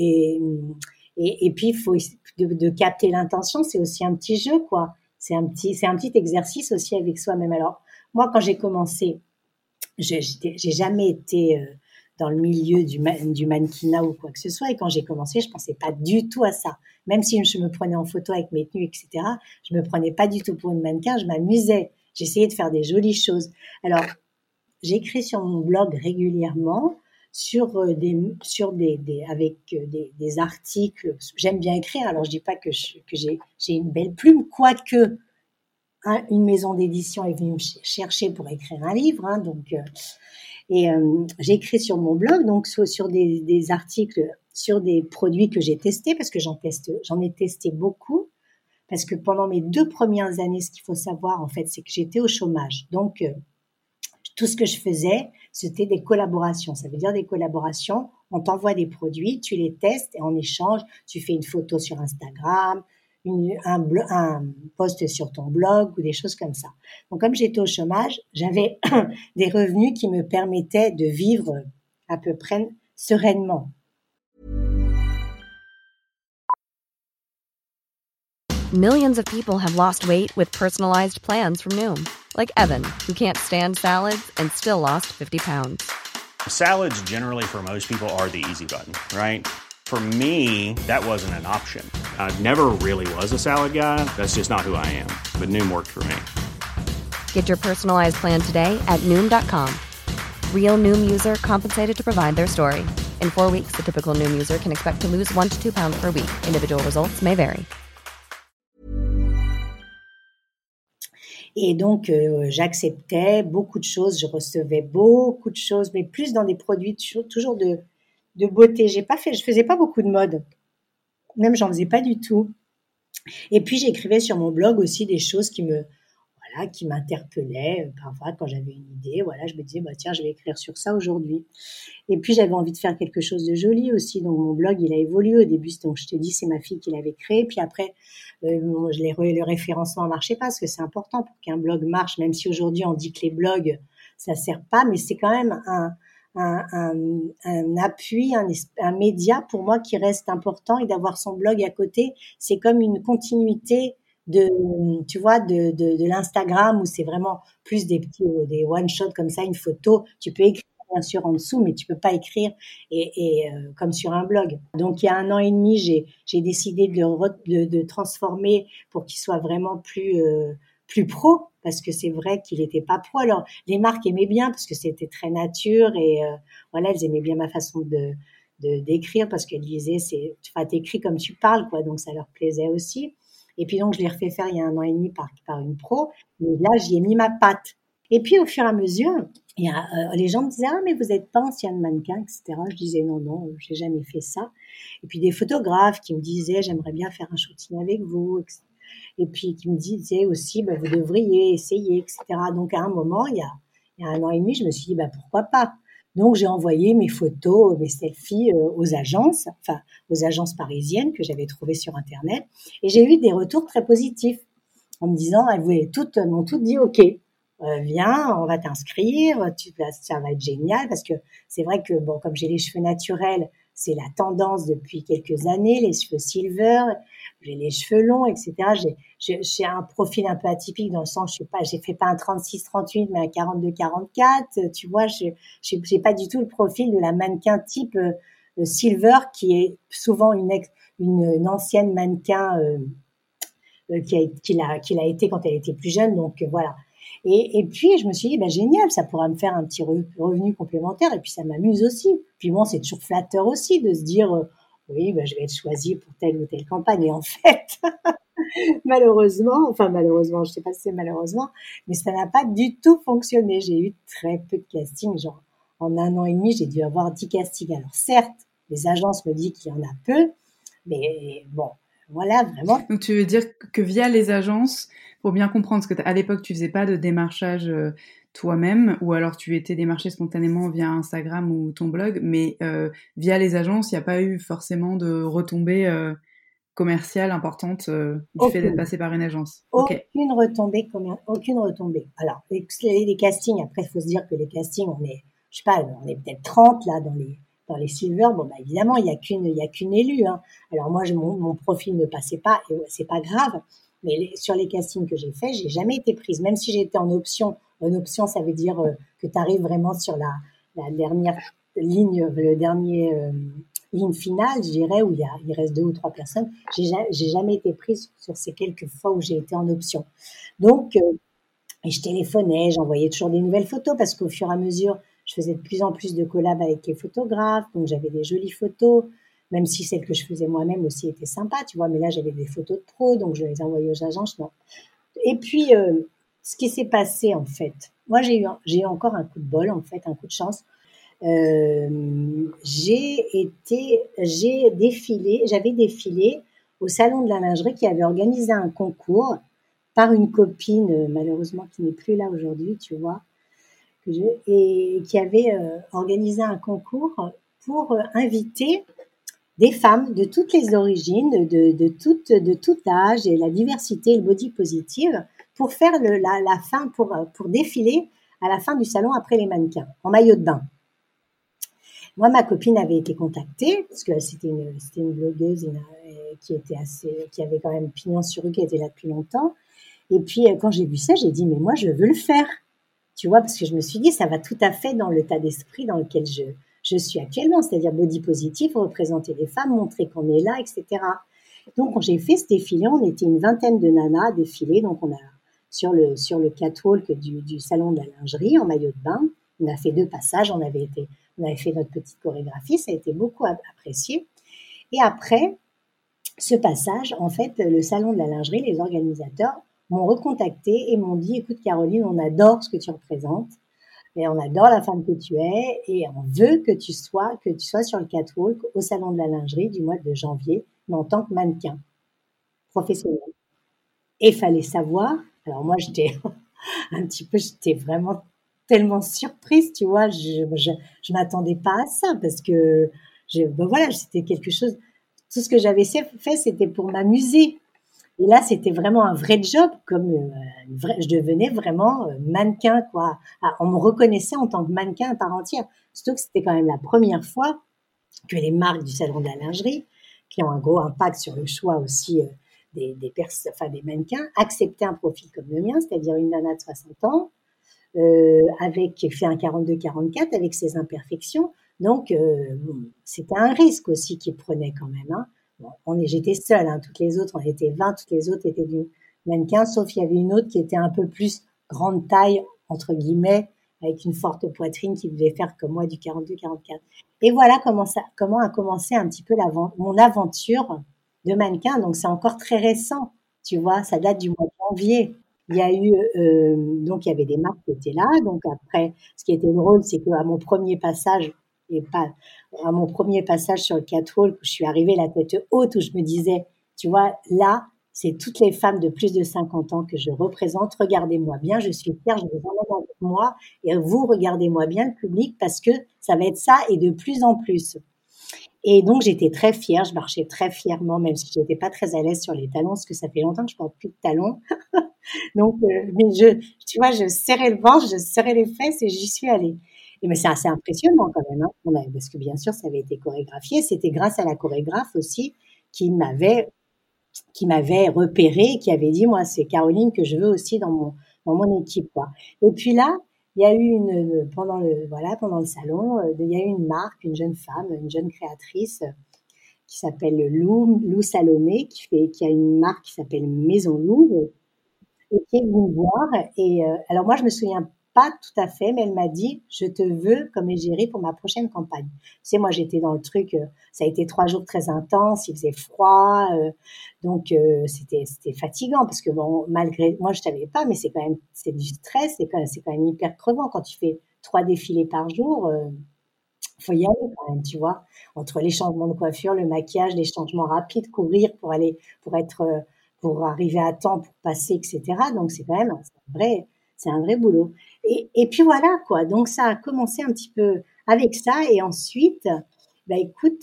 puis il faut de capter l'intention, c'est aussi un petit jeu, quoi. C'est un petit exercice aussi avec soi-même. Alors moi, quand j'ai commencé, j'ai jamais été dans le milieu du mannequinat ou quoi que ce soit, et quand j'ai commencé, je pensais pas du tout à ça. Même si je me prenais en photo avec mes tenues, etc., je me prenais pas du tout pour une mannequin, je m'amusais, j'essayais de faire des jolies choses. Alors j'écris sur mon blog régulièrement avec des articles. J'aime bien écrire, alors je dis pas que j'ai une belle plume, quoique une maison d'édition est venue me chercher pour écrire un livre, donc j'écris sur mon blog, donc sur des articles sur des produits que j'ai testés, parce que j'en ai testé beaucoup, parce que pendant mes 2 premières années, ce qu'il faut savoir en fait, c'est que j'étais au chômage, donc tout ce que je faisais, c'était des collaborations. Ça veut dire des collaborations, on t'envoie des produits, tu les testes et en échange, tu fais une photo sur Instagram, un post sur ton blog ou des choses comme ça. Donc, comme j'étais au chômage, j'avais des revenus qui me permettaient de vivre à peu près sereinement. Millions of people have lost weight with personalized plans from Noom. Like Evan, who can't stand salads and still lost 50 pounds. Salads generally for most people are the easy button, right? For me, that wasn't an option. I never really was a salad guy. That's just not who I am. But Noom worked for me. Get your personalized plan today at Noom.com. Real Noom user compensated to provide their story. In 4 weeks, the typical Noom user can expect to lose 1 to 2 pounds per week. Individual results may vary. Et donc, j'acceptais beaucoup de choses, je recevais beaucoup de choses, mais plus dans des produits toujours de beauté. Je faisais pas beaucoup de mode. Même, j'en faisais pas du tout. Et puis, j'écrivais sur mon blog aussi des choses qui m'interpellaient. Parfois, quand j'avais une idée, je me disais, tiens, je vais écrire sur ça aujourd'hui. Et puis, j'avais envie de faire quelque chose de joli aussi. Donc, mon blog, il a évolué au début. Donc, je te dis, c'est ma fille qui l'avait créé. Puis après, le référencement marchait pas parce que c'est important pour qu'un blog marche. Même si aujourd'hui, on dit que les blogs, ça sert pas, mais c'est quand même un appui, un média pour moi qui reste important, et d'avoir son blog à côté, c'est comme une continuité tu vois, de l'Instagram, où c'est vraiment plus des one shot comme ça, une photo. Tu peux écrire bien sûr en dessous, mais tu peux pas écrire comme sur un blog. Donc il y a 1 an et demi, j'ai décidé de transformer pour qu'il soit vraiment plus pro, parce que c'est vrai qu'il était pas pro. Alors les marques aimaient bien parce que c'était très nature, et voilà, elles aimaient bien ma façon d'écrire, parce qu'elles disaient t'écris comme tu parles, quoi. Donc ça leur plaisait aussi. Et puis donc je l'ai refait faire il y a 1 an et demi par une pro, mais là j'y ai mis ma patte. Et puis au fur et à mesure, les gens me disaient mais vous n'êtes pas ancienne mannequin, etc. Je disais non, j'ai jamais fait ça. Et puis des photographes qui me disaient j'aimerais bien faire un shooting avec vous, etc. Et puis qui me disaient aussi vous devriez essayer, etc. Donc à un moment, il y a 1 an et demi, je me suis dit pourquoi pas. Donc j'ai envoyé mes photos, mes selfies aux agences parisiennes que j'avais trouvées sur internet, et j'ai eu des retours très positifs en me disant elles m'ont toutes dit ok, viens, on va t'inscrire, ça va être génial, parce que c'est vrai que comme j'ai les cheveux naturels, c'est la tendance depuis quelques années, les cheveux silver, j'ai les cheveux longs, etc. J'ai un profil un peu atypique, dans le sens, j'ai fait pas un 36-38, mais un 42-44, tu vois, j'ai pas du tout le profil de la mannequin type silver, qui est souvent une ancienne mannequin qui l'a été quand elle était plus jeune, donc voilà. Et puis je me suis dit génial, ça pourra me faire un petit revenu complémentaire, et puis ça m'amuse aussi. Puis c'est toujours flatteur aussi de se dire oui, je vais être choisie pour telle ou telle campagne. Et en fait, malheureusement, je sais pas si c'est malheureusement, mais ça n'a pas du tout fonctionné. J'ai eu très peu de castings, genre en 1 an et demi, j'ai dû avoir 10 castings. Alors certes, les agences me disent qu'il y en a peu, mais bon, voilà, vraiment. Donc tu veux dire que via les agences, pour bien comprendre, parce qu'à l'époque tu faisais pas de démarchage toi-même, ou alors tu étais démarché spontanément via Instagram ou ton blog, mais via les agences, il n'y a pas eu forcément de retombées commerciales importantes du fait d'être passé par une agence. Aucune retombée. Alors les castings, après il faut se dire que les castings, on est peut-être 30 là dans les silver. Évidemment il y a qu'une élue, hein. Alors moi mon profil ne passait pas, et c'est pas grave, mais sur les castings que j'ai fait, j'ai jamais été prise, même si j'étais en option. En option, ça veut dire que tu arrives vraiment sur la dernière ligne, le dernier ligne finale, je dirais, où il reste 2 ou 3 personnes. J'ai jamais été prise sur ces quelques fois où j'ai été en option. Donc, et je téléphonais, j'envoyais toujours des nouvelles photos, parce qu'au fur et à mesure, je faisais de plus en plus de collabs avec les photographes, donc j'avais des jolies photos, même si celles que je faisais moi-même aussi étaient sympas, tu vois, mais là j'avais des photos de pro, donc je les envoyais aux agences. Non. Et puis, ce qui s'est passé, en fait, moi j'ai eu encore un coup de bol, en fait, un coup de chance. J'avais défilé au salon de la lingerie, qui avait organisé un concours par une copine, malheureusement qui n'est plus là aujourd'hui, tu vois, et qui avait organisé un concours pour inviter des femmes de toutes les origines, de tout âge, et la diversité et le body positive, pour faire la fin, pour défiler à la fin du salon après les mannequins, en maillot de bain. Moi, ma copine avait été contactée, parce que c'était une blogueuse qui avait quand même pignon sur rue, qui était là depuis longtemps. Et puis, quand j'ai vu ça, j'ai dit, mais moi, je veux le faire. Tu vois, parce que je me suis dit, ça va tout à fait dans l'état d'esprit dans lequel je suis actuellement, c'est-à-dire body positif, représenter les femmes, montrer qu'on est là, etc. Donc, quand j'ai fait ce défilé, on était une vingtaine de nanas à défiler. Donc, on a sur le catwalk du salon de la lingerie, en maillot de bain. On a fait 2 passages, on avait fait notre petite chorégraphie, ça a été beaucoup apprécié. Et après ce passage, en fait, le salon de la lingerie, les organisateurs m'ont recontacté et m'ont dit, écoute Caroline, on adore ce que tu représentes, et on adore la femme que tu es, et on veut que tu sois sur le catwalk au salon de la lingerie du mois de janvier, mais en tant que mannequin professionnel. Et il fallait savoir, alors moi j'étais j'étais vraiment tellement surprise, tu vois, je m'attendais pas à ça, parce que voilà, c'était quelque chose, tout ce que j'avais fait, c'était pour m'amuser. Et là, c'était vraiment un vrai job, je devenais vraiment mannequin, quoi. On me reconnaissait en tant que mannequin à part entière. Surtout que c'était quand même la première fois que les marques du salon de la lingerie, qui ont un gros impact sur le choix aussi des mannequins, acceptaient un profil comme le mien, c'est-à-dire une nana de 60 ans, qui fait un 42-44 avec ses imperfections. Donc, c'était un risque aussi qu'ils prenaient quand même. Hein. Bon, j'étais seule, hein, toutes les autres, on était 20, toutes les autres étaient du mannequin, sauf il y avait une autre qui était un peu plus grande taille, entre guillemets, avec une forte poitrine qui devait faire comme moi du 42-44. Et voilà comment a commencé un petit peu mon aventure de mannequin. Donc, c'est encore très récent, tu vois, ça date du mois de janvier. Il y a eu, donc il y avait des marques qui étaient là. Donc après, ce qui était drôle, c'est qu'à mon premier passage, sur le catwalk, où je suis arrivée la tête haute, où je me disais, tu vois, là, c'est toutes les femmes de plus de 50 ans que je représente. Regardez-moi bien, je suis fière, je vous emmène avec moi. Et vous, regardez-moi bien, le public, parce que ça va être ça et de plus en plus. Et donc, j'étais très fière, je marchais très fièrement, même si je n'étais pas très à l'aise sur les talons, parce que ça fait longtemps que je porte plus de talons. Donc, mais tu vois, je serrais le ventre, je serrais les fesses et j'y suis allée. Et mais c'est assez impressionnant quand même, hein. Parce que bien sûr, ça avait été chorégraphié. C'était grâce à la chorégraphe aussi qui m'avait repéré, qui avait dit, moi, c'est Caroline que je veux aussi dans mon équipe, quoi. Et puis là, il y a eu pendant le salon, il y a eu une marque, une jeune femme, une jeune créatrice qui s'appelle Lou Salomé, qui a une marque qui s'appelle Maison Lou, et qui est venue me voir. Et alors moi, je me souviens pas tout à fait, mais elle m'a dit, je te veux comme égérie pour ma prochaine campagne. Tu sais, moi, j'étais dans le truc, ça a été 3 jours très intenses, il faisait froid, donc c'était fatigant parce que bon, malgré, moi, je savais pas, mais c'est du stress, c'est quand même hyper crevant quand tu fais 3 défilés par jour. Faut y aller quand même, tu vois, entre les changements de coiffure, le maquillage, les changements rapides, courir pour arriver à temps, pour passer, etc. Donc c'est quand même c'est un vrai boulot. Et puis voilà quoi. Donc ça a commencé un petit peu avec ça, et ensuite, bah écoute,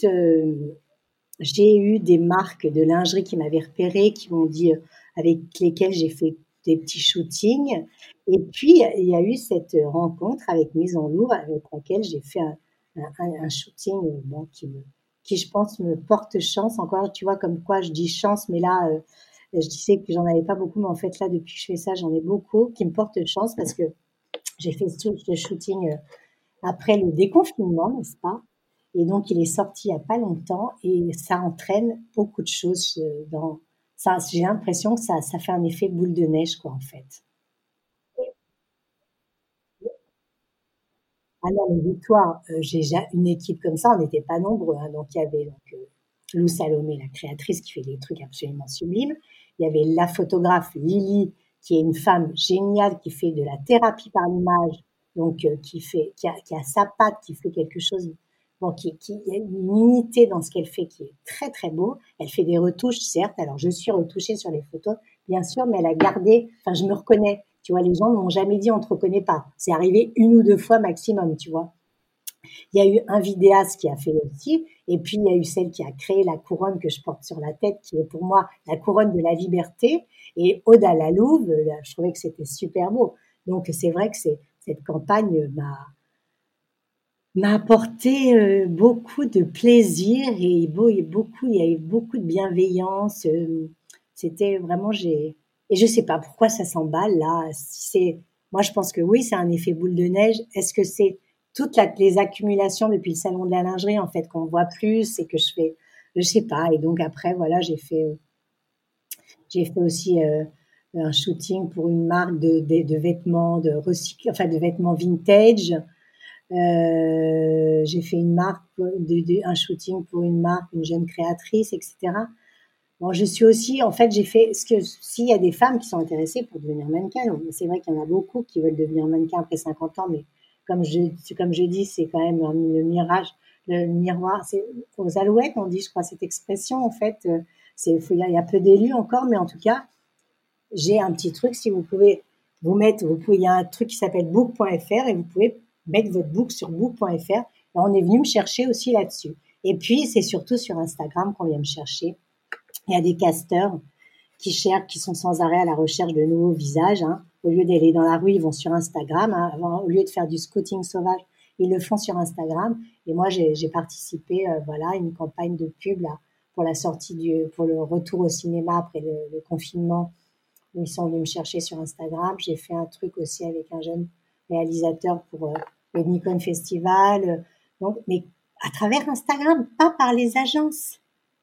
j'ai eu des marques de lingerie qui m'avaient repérée, qui m'ont dit, avec lesquelles j'ai fait des petits shootings. Et puis il y a eu cette rencontre avec Maison Lourd, avec laquelle j'ai fait un shooting, bon, qui je pense me porte chance encore. Tu vois, comme quoi je dis chance, mais là, je disais que j'en avais pas beaucoup, mais en fait là, depuis que je fais ça, j'en ai beaucoup qui me portent chance, parce que j'ai fait ce shooting après le déconfinement, n'est-ce pas? Et donc il est sorti il y a pas longtemps, et ça entraîne beaucoup de choses dans ça. J'ai l'impression que ça fait un effet boule de neige, quoi, en fait. Ah non, mais dis-toi, j'ai une équipe comme ça, on n'était pas nombreux, hein. Donc il y avait Lou Salomé, la créatrice, qui fait des trucs absolument sublimes. Il y avait la photographe Lily, qui est une femme géniale, qui fait de la thérapie par l'image, donc qui a sa patte, qui fait quelque chose, bon, qui a une unité dans ce qu'elle fait, qui est très très beau. Elle fait des retouches, certes. Alors je suis retouchée sur les photos, bien sûr, mais elle a gardé. Enfin, je me reconnais. Tu vois, les gens ne m'ont jamais dit on te reconnaît pas. C'est arrivé 1 ou 2 fois maximum, tu vois. Il y a eu un vidéaste qui a fait aussi, et puis il y a eu celle qui a créé la couronne que je porte sur la tête, qui est pour moi la couronne de la liberté, et Aude à la Louve. Là, je trouvais que c'était super beau. Donc c'est vrai que cette campagne m'a apporté beaucoup de plaisir, et il y a eu beaucoup de bienveillance. C'était vraiment, et je sais pas pourquoi ça s'emballe là. Moi je pense que oui, c'est un effet boule de neige. Est-ce que c'est toutes les accumulations depuis le salon de la lingerie, en fait, qu'on voit plus, et que je sais pas. Et donc après, voilà, j'ai fait aussi un shooting pour une marque de vêtements enfin de vêtements vintage. J'ai fait un shooting pour une marque, une jeune créatrice, etc. Bon, je suis aussi, en fait, j'ai fait s'il y a des femmes qui sont intéressées pour devenir mannequin, c'est vrai qu'il y en a beaucoup qui veulent devenir mannequin après 50 ans, mais comme je dis, c'est quand même le miroir, c'est aux alouettes, on dit, je crois, cette expression, en fait, il y a peu d'élus encore, mais en tout cas, j'ai un petit truc, si vous pouvez il y a un truc qui s'appelle book.fr, et vous pouvez mettre votre book sur book.fr, et on est venu me chercher aussi là-dessus. Et puis, c'est surtout sur Instagram qu'on vient me chercher. Il y a des casteurs qui sont sans arrêt à la recherche de nouveaux visages, hein. Au lieu d'aller dans la rue, ils vont sur Instagram, hein. Au lieu de faire du scouting sauvage, Ils le font sur Instagram. Et moi, j'ai participé, voilà, à une campagne de pub là pour la pour le retour au cinéma après le confinement. Où ils sont venus me chercher sur Instagram. J'ai fait un truc aussi avec un jeune réalisateur pour le Nikon Festival. Donc, mais à travers Instagram, pas par les agences.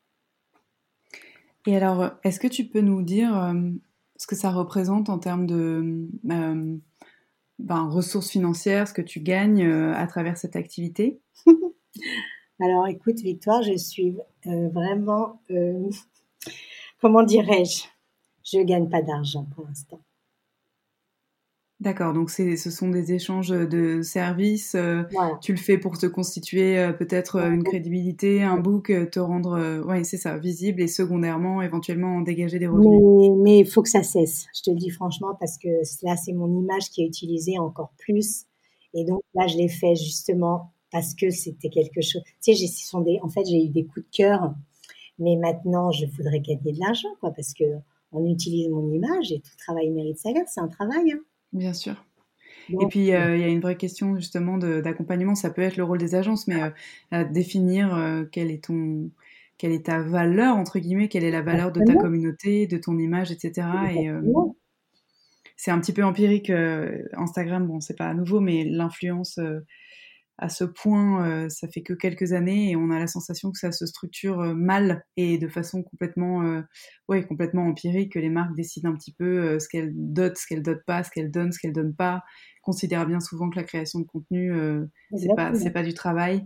Et alors, est-ce que tu peux nous dire ce que ça représente en termes de ressources financières, ce que tu gagnes à travers cette activité? Alors, écoute, Victoire, je suis vraiment, comment dirais-je, je gagne pas d'argent pour l'instant. D'accord, donc ce sont des échanges de services. Voilà. Tu le fais pour te constituer peut-être une crédibilité, un book, te rendre, ouais, c'est ça, visible et secondairement, éventuellement, en dégager des revenus. Mais il faut que ça cesse, je te le dis franchement, parce que là, c'est mon image qui est utilisée encore plus. Et donc là, je l'ai fait justement parce que c'était quelque chose. Tu sais, en fait, j'ai eu des coups de cœur, mais maintenant, je voudrais gagner de l'argent, quoi, parce que on utilise mon image et tout travail mérite salaire, c'est un travail, hein. Bien sûr. Donc, et puis, il y a une vraie question justement d'accompagnement. Ça peut être le rôle des agences, mais définir quelle est ta valeur, entre guillemets, quelle est la valeur de ta communauté, de ton image, etc. Et c'est un petit peu empirique. Instagram, bon, c'est pas nouveau, mais l'influence à ce point, ça fait que quelques années et on a la sensation que ça se structure mal et de façon complètement empirique, que les marques décident un petit peu ce qu'elles dotent pas, ce qu'elles donnent pas, considèrent bien souvent que la création de contenu, c'est pas du travail.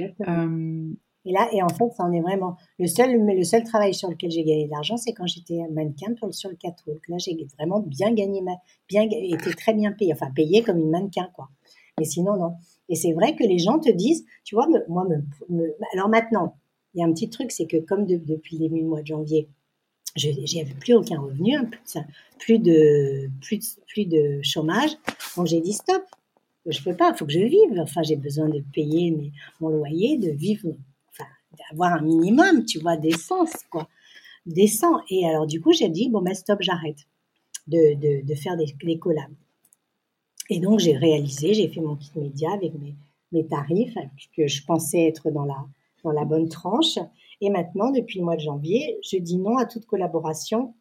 Et en fait, ça en est vraiment le seul travail sur lequel j'ai gagné de l'argent, c'est quand j'étais mannequin sur le catwalk. Là, j'ai vraiment bien gagné, été très bien payée, enfin payée comme une mannequin, quoi. Mais sinon, non. Et c'est vrai que les gens te disent, tu vois, alors maintenant, il y a un petit truc, c'est que comme depuis le début du mois de janvier, j'avais plus aucun revenu, hein, plus de chômage. Donc j'ai dit stop, je peux pas, il faut que je vive. Enfin, j'ai besoin de payer mon loyer, de vivre, enfin, d'avoir un minimum, tu vois, d'essence, quoi, décent. Et alors du coup, j'ai dit bon ben stop, j'arrête de faire des collabs. Et donc, j'ai fait mon kit média avec mes tarifs, que je pensais être dans la bonne tranche. Et maintenant, depuis le mois de janvier, je dis non à toute collaboration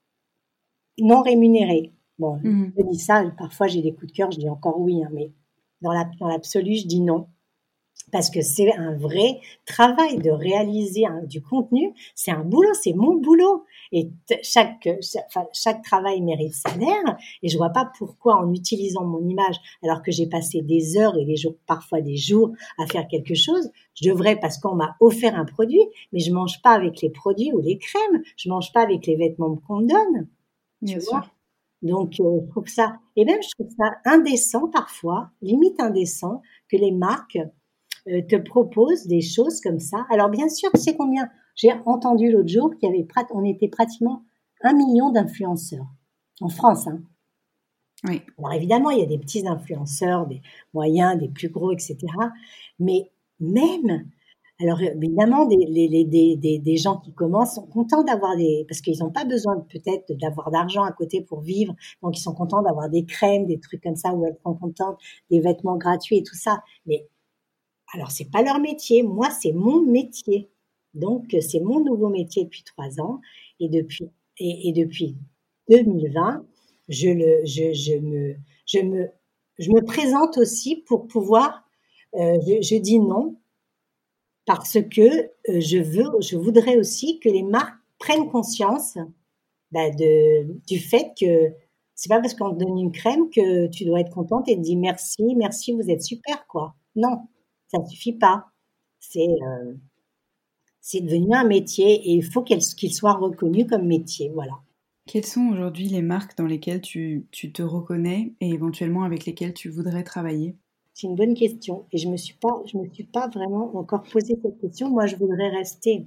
non rémunérée. Bon, je dis ça, parfois j'ai des coups de cœur, je dis encore oui, hein, mais dans l'absolu, je dis non. Parce que c'est un vrai travail de réaliser du contenu. C'est un boulot, c'est mon boulot. Et chaque travail mérite salaire. Et je vois pas pourquoi, en utilisant mon image, alors que j'ai passé des heures et des jours, parfois des jours, à faire quelque chose, je devrais, parce qu'on m'a offert un produit, mais je mange pas avec les produits ou les crèmes. Je mange pas avec les vêtements qu'on me donne. Bien sûr. Vois. Donc, je trouve ça, et même je trouve ça indécent parfois, limite indécent, que les marques te propose des choses comme ça. Alors bien sûr, tu sais combien j'ai entendu l'autre jour on était pratiquement 1 million d'influenceurs en France, hein. Oui. Alors évidemment, il y a des petits influenceurs, des moyens, des plus gros, etc. Mais même, alors évidemment, des gens qui commencent sont contents d'avoir parce qu'ils n'ont pas besoin peut-être d'avoir d'argent à côté pour vivre, donc ils sont contents d'avoir des crèmes, des trucs comme ça, où elles sont contentes, des vêtements gratuits et tout ça. Mais alors, c'est pas leur métier. Moi, c'est mon métier. Donc, c'est mon nouveau métier depuis 3 ans. Et depuis 2020, je me présente aussi pour pouvoir, je dis non parce que je voudrais aussi que les marques prennent conscience du fait que c'est pas parce qu'on te donne une crème que tu dois être contente et te dire merci, vous êtes super, quoi. Non. Ça ne suffit pas. C'est devenu un métier et il faut qu'il soit reconnu comme métier. Voilà. Quelles sont aujourd'hui les marques dans lesquelles tu te reconnais et éventuellement avec lesquelles tu voudrais travailler? C'est une bonne question et je me suis pas vraiment encore posé cette question. Moi, je voudrais rester.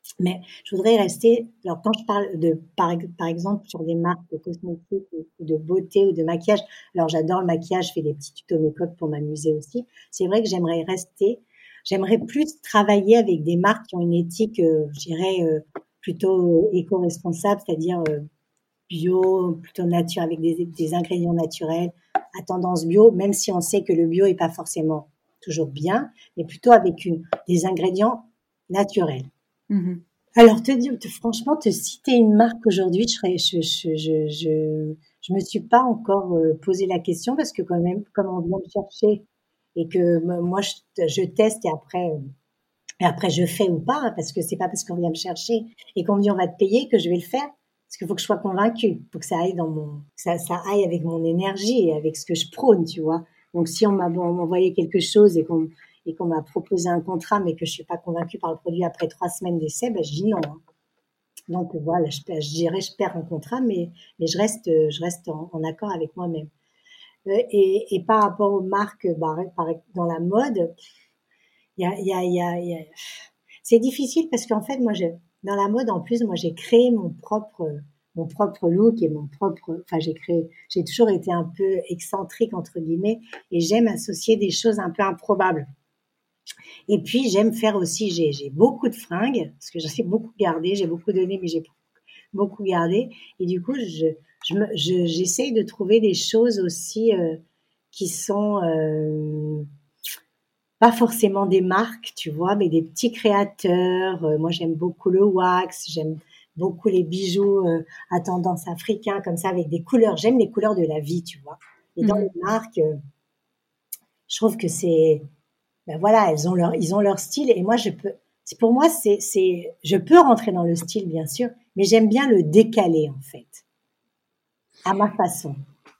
Alors quand je parle par exemple sur des marques de cosmétiques ou de beauté ou de maquillage, alors j'adore le maquillage, je fais des petits tutos make-up pour m'amuser aussi. C'est vrai que j'aimerais plus travailler avec des marques qui ont une éthique, je dirais, plutôt éco-responsable, c'est-à-dire bio, plutôt nature, avec des ingrédients naturels, à tendance bio, même si on sait que le bio est pas forcément toujours bien, mais plutôt avec des ingrédients naturels. Mhm. Alors, franchement, te citer une marque aujourd'hui, je me suis pas encore posé la question parce que quand même, comme on vient me chercher et que moi, je teste et après je fais ou pas, hein, parce que c'est pas parce qu'on vient me chercher et qu'on me dit on va te payer que je vais le faire. Parce qu'il faut que je sois convaincue, faut que ça aille ça aille avec mon énergie et avec ce que je prône, tu vois. Donc, si on m'a envoyé quelque chose et qu'on m'a proposé un contrat, mais que je suis pas convaincue par le produit après 3 semaines d'essai, ben, je dis non, hein. Donc, voilà, je dirais, je perds un contrat, mais je reste en accord avec moi-même. Et par rapport aux marques, dans la mode, il y a, c'est difficile parce qu'en fait, dans la mode, en plus, moi, j'ai créé mon propre look et enfin, j'ai toujours été un peu excentrique, entre guillemets, et j'aime associer des choses un peu improbables. Et puis, j'aime faire aussi, j'ai beaucoup de fringues, parce que j'en ai beaucoup gardé, j'ai beaucoup donné, mais j'ai beaucoup gardé. Et du coup, j'essaye de trouver des choses aussi qui sont pas forcément des marques, tu vois, mais des petits créateurs. Moi, j'aime beaucoup le wax, j'aime beaucoup les bijoux à tendance africain, comme ça, avec des couleurs. J'aime les couleurs de la vie, tu vois. Et dans les marques, je trouve que ben voilà, ils ont leur style. Et moi, pour moi, je peux rentrer dans le style, bien sûr, mais j'aime bien le décaler, en fait, à ma façon.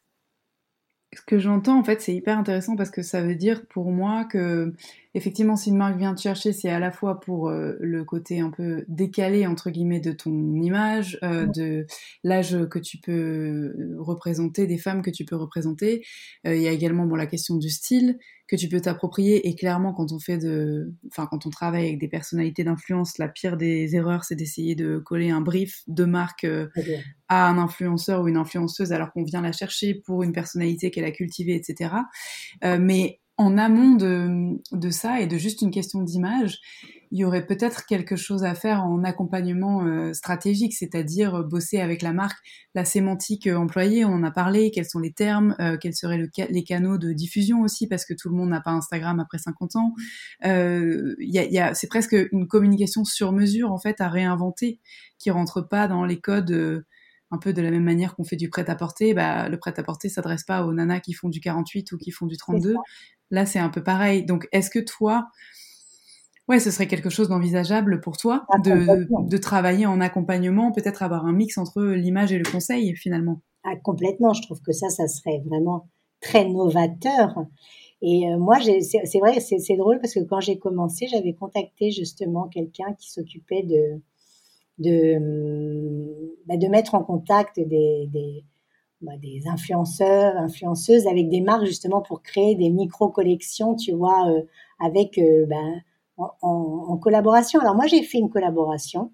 Ce que j'entends, en fait, c'est hyper intéressant parce que ça veut dire pour moi que, effectivement, si une marque vient te chercher, c'est à la fois pour le côté un peu décalé, entre guillemets, de ton image, de l'âge que tu peux représenter, des femmes que tu peux représenter. Il y a également la question du style que tu peux t'approprier. Et clairement, quand on travaille avec des personnalités d'influence, la pire des erreurs, c'est d'essayer de coller un brief de marque à un influenceur ou une influenceuse alors qu'on vient la chercher pour une personnalité qu'elle a cultivée, etc. Mais en amont de ça et de juste une question d'image, il y aurait peut-être quelque chose à faire en accompagnement stratégique, c'est-à-dire bosser avec la marque, la sémantique employée, on en a parlé, quels sont les termes, quels seraient les canaux de diffusion aussi, parce que tout le monde n'a pas Instagram après 50 ans. C'est presque une communication sur mesure, en fait, à réinventer, qui rentre pas dans les codes un peu de la même manière qu'on fait du prêt-à-porter. Le prêt-à-porter s'adresse pas aux nanas qui font du 48 ou qui font du 32. Là, c'est un peu pareil. Donc, est-ce que toi... Ouais, ce serait quelque chose d'envisageable pour toi de travailler en accompagnement, peut-être avoir un mix entre l'image et le conseil, finalement. Ah, complètement. Je trouve que ça serait vraiment très novateur. Et moi, c'est vrai, c'est drôle parce que quand j'ai commencé, j'avais contacté justement quelqu'un qui s'occupait de mettre en contact des influenceurs, influenceuses avec des marques justement pour créer des micro-collections, tu vois, avec en collaboration. Alors moi, j'ai fait une collaboration.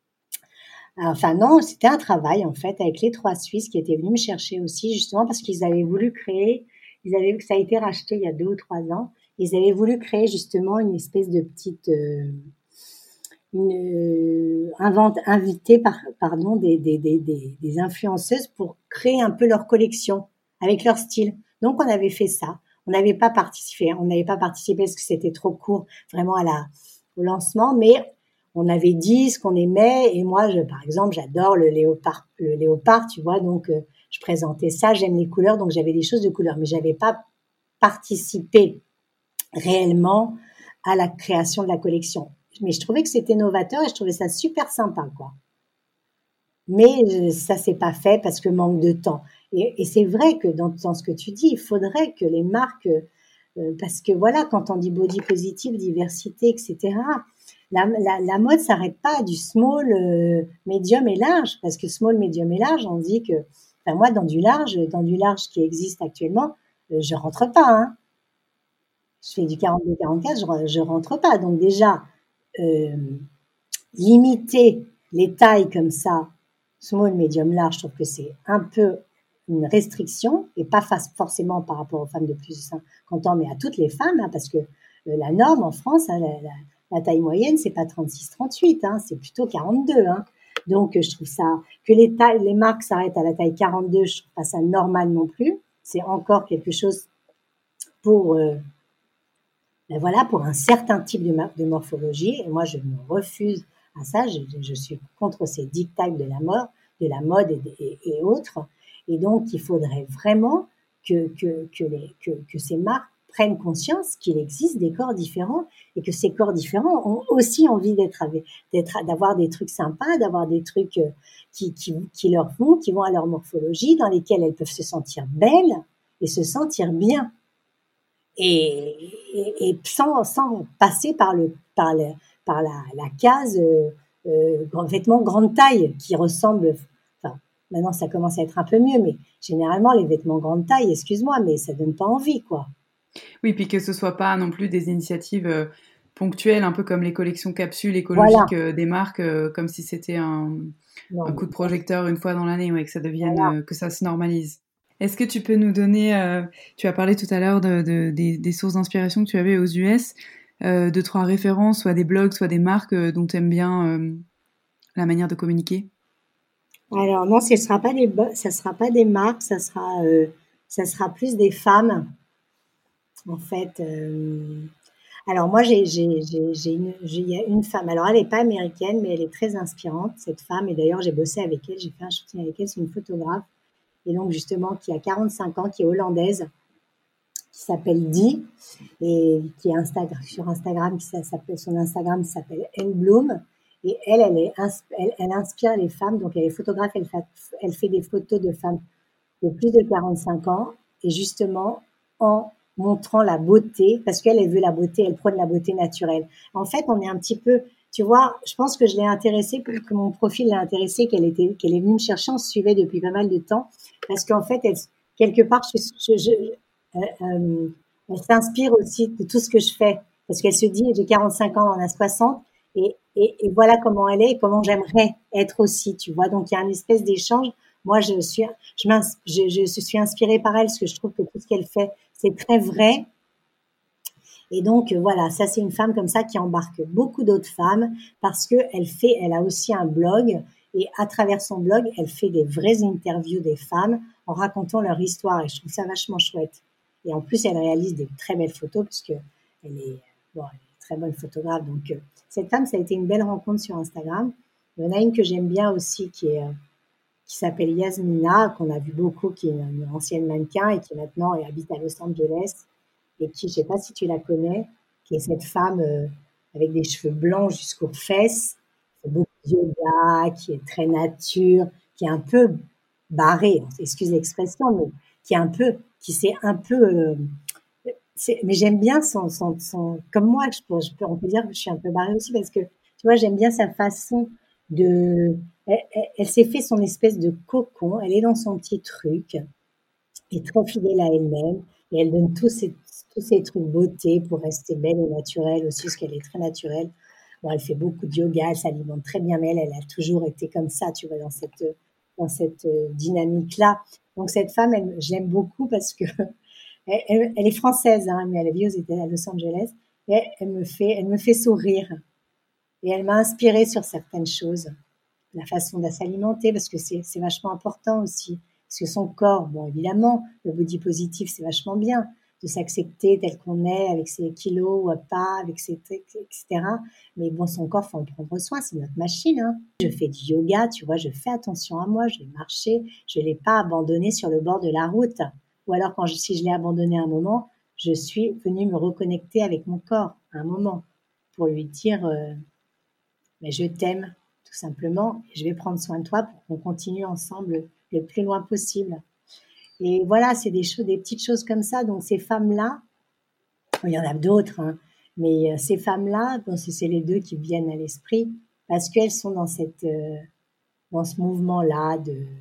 Enfin non, c'était un travail en fait avec les 3 Suisses qui étaient venus me chercher aussi justement parce qu'ils avaient voulu créer, ça a été racheté il y a 2 ou 3 ans, ils avaient voulu créer justement une espèce de petite inviter des influenceuses pour créer un peu leur collection avec leur style. Donc on avait fait ça. On n'avait pas participé parce que c'était trop court vraiment au lancement, mais on avait dit ce qu'on aimait et moi, par exemple, j'adore le léopard, tu vois, donc je présentais ça, j'aime les couleurs, donc j'avais des choses de couleurs, mais j'avais pas participé réellement à la création de la collection. Mais je trouvais que c'était novateur et je trouvais ça super sympa, quoi. Mais ça s'est pas fait parce que manque de temps. Et c'est vrai que dans ce que tu dis, il faudrait que les marques, parce que voilà, quand on dit body positive, diversité, etc., la mode s'arrête pas à du small, medium et large, parce que small, medium et large, on dit que, enfin moi, dans du large qui existe actuellement, je rentre pas, hein. Je fais du 42-44, je rentre pas. Donc déjà, limiter les tailles comme ça, small, medium, large, je trouve que c'est un peu une restriction, et pas forcément par rapport aux femmes de plus de 50 ans, mais à toutes les femmes, hein, parce que la norme en France, hein, la taille moyenne, c'est pas 36-38, hein, c'est plutôt 42. Hein. Donc, je trouve ça, que les marques s'arrêtent à la taille 42, je trouve pas ça normal non plus. C'est encore quelque chose pour Ben voilà, pour un certain type de morphologie, et moi je me refuse à ça, je suis contre ces dictats de la mode et autres, et donc il faudrait vraiment que ces marques prennent conscience qu'il existe des corps différents et que ces corps différents ont aussi envie d'avoir des trucs sympas, d'avoir des trucs qui vont à leur morphologie, dans lesquels elles peuvent se sentir belles et se sentir bien. Et sans passer par la case vêtements grande taille qui ressemblent. Enfin, maintenant ça commence à être un peu mieux, mais généralement les vêtements grande taille, excuse-moi, mais ça donne pas envie, quoi. Oui, puis que ce soit pas non plus des initiatives ponctuelles, un peu comme les collections capsules écologiques des marques, comme si c'était un coup de projecteur une fois dans l'année, ouais, que ça devienne, que ça se normalise. Est-ce que tu peux nous donner, tu as parlé tout à l'heure des sources d'inspiration que tu avais aux US, 2-3 références, soit des blogs, soit des marques dont tu aimes bien la manière de communiquer? Alors non, ça sera pas des marques, ça sera plus des femmes, en fait. Alors moi, il y a une femme. Alors elle n'est pas américaine, mais elle est très inspirante, cette femme. Et d'ailleurs, j'ai bossé avec elle, j'ai fait un shooting avec elle. C'est une photographe. Et donc justement qui a 45 ans, qui est hollandaise, qui s'appelle Dee, et qui est sur Instagram, son Instagram s'appelle Bloom, et elle inspire les femmes, donc elle est photographe, elle fait des photos de femmes de plus de 45 ans, et justement en montrant la beauté, parce qu'elle veut la beauté, elle prône la beauté naturelle. En fait, on est un petit peu, tu vois, je pense que je l'ai intéressée, que mon profil l'a intéressée, qu'elle est venue me chercher, on se suivait depuis pas mal de temps, parce qu'en fait, quelque part, elle s'inspire aussi de tout ce que je fais, parce qu'elle se dit, j'ai 45 ans, on a 60, et voilà comment elle est, et comment j'aimerais être aussi, tu vois. Donc, il y a une espèce d'échange. Moi, je suis inspirée par elle, parce que je trouve que tout ce qu'elle fait, c'est très vrai. Et donc, voilà, ça, c'est une femme comme ça qui embarque beaucoup d'autres femmes, parce que elle a aussi un blog, et à travers son blog, elle fait des vraies interviews des femmes en racontant leur histoire, et je trouve ça vachement chouette. Et en plus, elle réalise des très belles photos, parce que elle est une très bonne photographe. Donc, cette femme, ça a été une belle rencontre sur Instagram. Il y en a une que j'aime bien aussi, qui s'appelle Yasmina, qu'on a vu beaucoup, qui est une ancienne mannequin et qui maintenant habite à Los Angeles, et qui, je sais pas si tu la connais, qui est cette femme avec des cheveux blancs jusqu'aux fesses, qui fait beaucoup de yoga, qui est très nature, qui est un peu barrée, excuse l'expression, mais mais j'aime bien son comme moi, on peut dire que je suis un peu barrée aussi, parce que, tu vois, j'aime bien sa façon elle s'est fait son espèce de cocon, elle est dans son petit truc, est trop fidèle à elle-même, et elle donne tous ces trucs beauté pour rester belle et naturelle aussi, parce qu'elle est très naturelle. Bon, elle fait beaucoup de yoga, elle s'alimente très bien, mais elle a toujours été comme ça, tu vois, dans cette dynamique-là. Donc cette femme, j'aime beaucoup, parce que elle est française, hein, mais elle vit à Los Angeles, et elle me fait sourire, et elle m'a inspirée sur certaines choses, la façon de s'alimenter, parce que c'est vachement important aussi, parce que son corps, bon, évidemment, le body positif, c'est vachement bien, de s'accepter tel qu'on est, avec ses kilos ou pas, avec ses etc. Mais bon, son corps, faut en prendre soin, c'est notre machine, hein. Je fais du yoga, tu vois, je fais attention à moi, je vais marcher, je l'ai pas abandonné sur le bord de la route. Ou alors, si je l'ai abandonné à un moment, je suis venue me reconnecter avec mon corps à un moment, pour lui dire, mais je t'aime, tout simplement, et je vais prendre soin de toi pour qu'on continue ensemble le plus loin possible. Et voilà, c'est des petites choses comme ça. Donc ces femmes-là, il y en a d'autres, hein, mais ces femmes-là, bon, c'est les deux qui viennent à l'esprit, parce qu'elles sont dans ce mouvement-là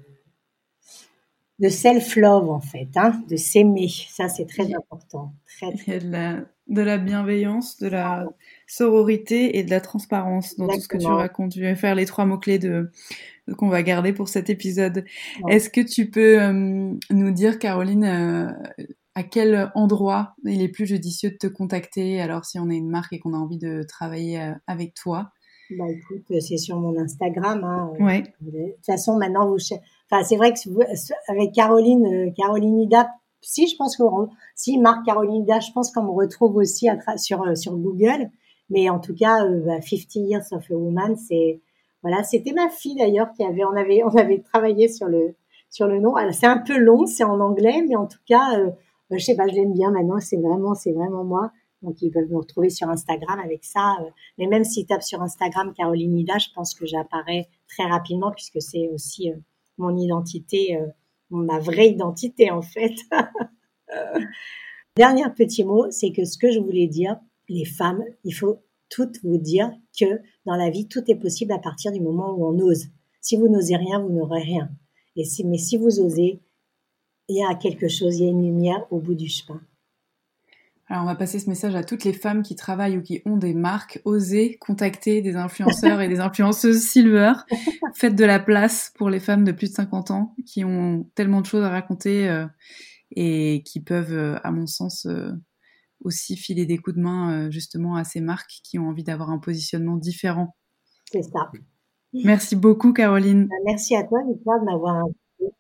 de self-love, en fait, hein, de s'aimer. Ça, c'est très important. Il y a de la bienveillance, de la sororité et de la transparence dans tout ce que tu racontes. Je vais faire les 3 mots-clés qu'on va garder pour cet épisode. Ouais. Est-ce que tu peux nous dire, Caroline, à quel endroit il est plus judicieux de te contacter, alors si on est une marque et qu'on a envie de travailler avec toi? Bah écoute, c'est sur mon Instagram. Hein. Ouais. De toute façon, maintenant, c'est vrai que avec Caroline Ida, Si, je pense si Marc Caroline Nida, je pense qu'on me retrouve aussi sur Google. Mais en tout cas, 50 Years of a Woman, c'était ma fille d'ailleurs on avait travaillé sur le nom. Alors, c'est un peu long, c'est en anglais, mais en tout cas, je sais pas, je l'aime bien maintenant. C'est vraiment moi. Donc, ils peuvent me retrouver sur Instagram avec ça. Mais même s'ils tapent sur Instagram Caroline Nida, je pense que j'apparais très rapidement puisque c'est aussi mon identité, ma vraie identité en fait. Dernier petit mot, c'est que ce que je voulais dire, les femmes, il faut toutes vous dire que dans la vie, tout est possible à partir du moment où on ose. Si vous n'osez rien, vous n'aurez rien. Mais si vous osez, il y a quelque chose, il y a une lumière au bout du chemin. Alors, on va passer ce message à toutes les femmes qui travaillent ou qui ont des marques. Osez contacter des influenceurs et des influenceuses silver. Faites de la place pour les femmes de plus de 50 ans qui ont tellement de choses à raconter et qui peuvent, à mon sens, aussi filer des coups de main justement à ces marques qui ont envie d'avoir un positionnement différent. C'est ça. Merci beaucoup, Caroline. Merci à toi, Victoire, de m'avoir invitée.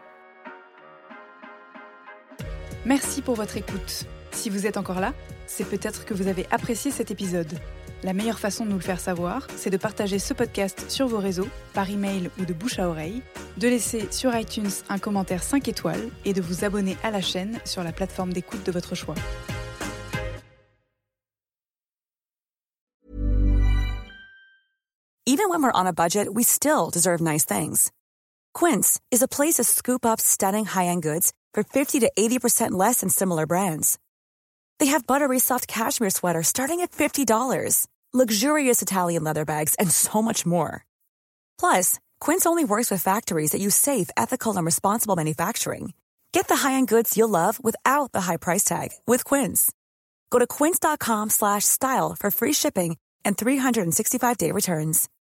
Merci pour votre écoute. Si vous êtes encore là, c'est peut-être que vous avez apprécié cet épisode. La meilleure façon de nous le faire savoir, c'est de partager ce podcast sur vos réseaux, par email ou de bouche à oreille, de laisser sur iTunes un commentaire 5 étoiles et de vous abonner à la chaîne sur la plateforme d'écoute de votre choix. Even when we're on a budget, we still deserve nice things. Quince is a place to scoop up stunning high-end goods for 50 to 80% less than similar brands. They have buttery soft cashmere sweaters starting at $50, luxurious Italian leather bags, and so much more. Plus, Quince only works with factories that use safe, ethical, and responsible manufacturing. Get the high-end goods you'll love without the high price tag with Quince. Go to quince.com/style for free shipping and 365-day returns.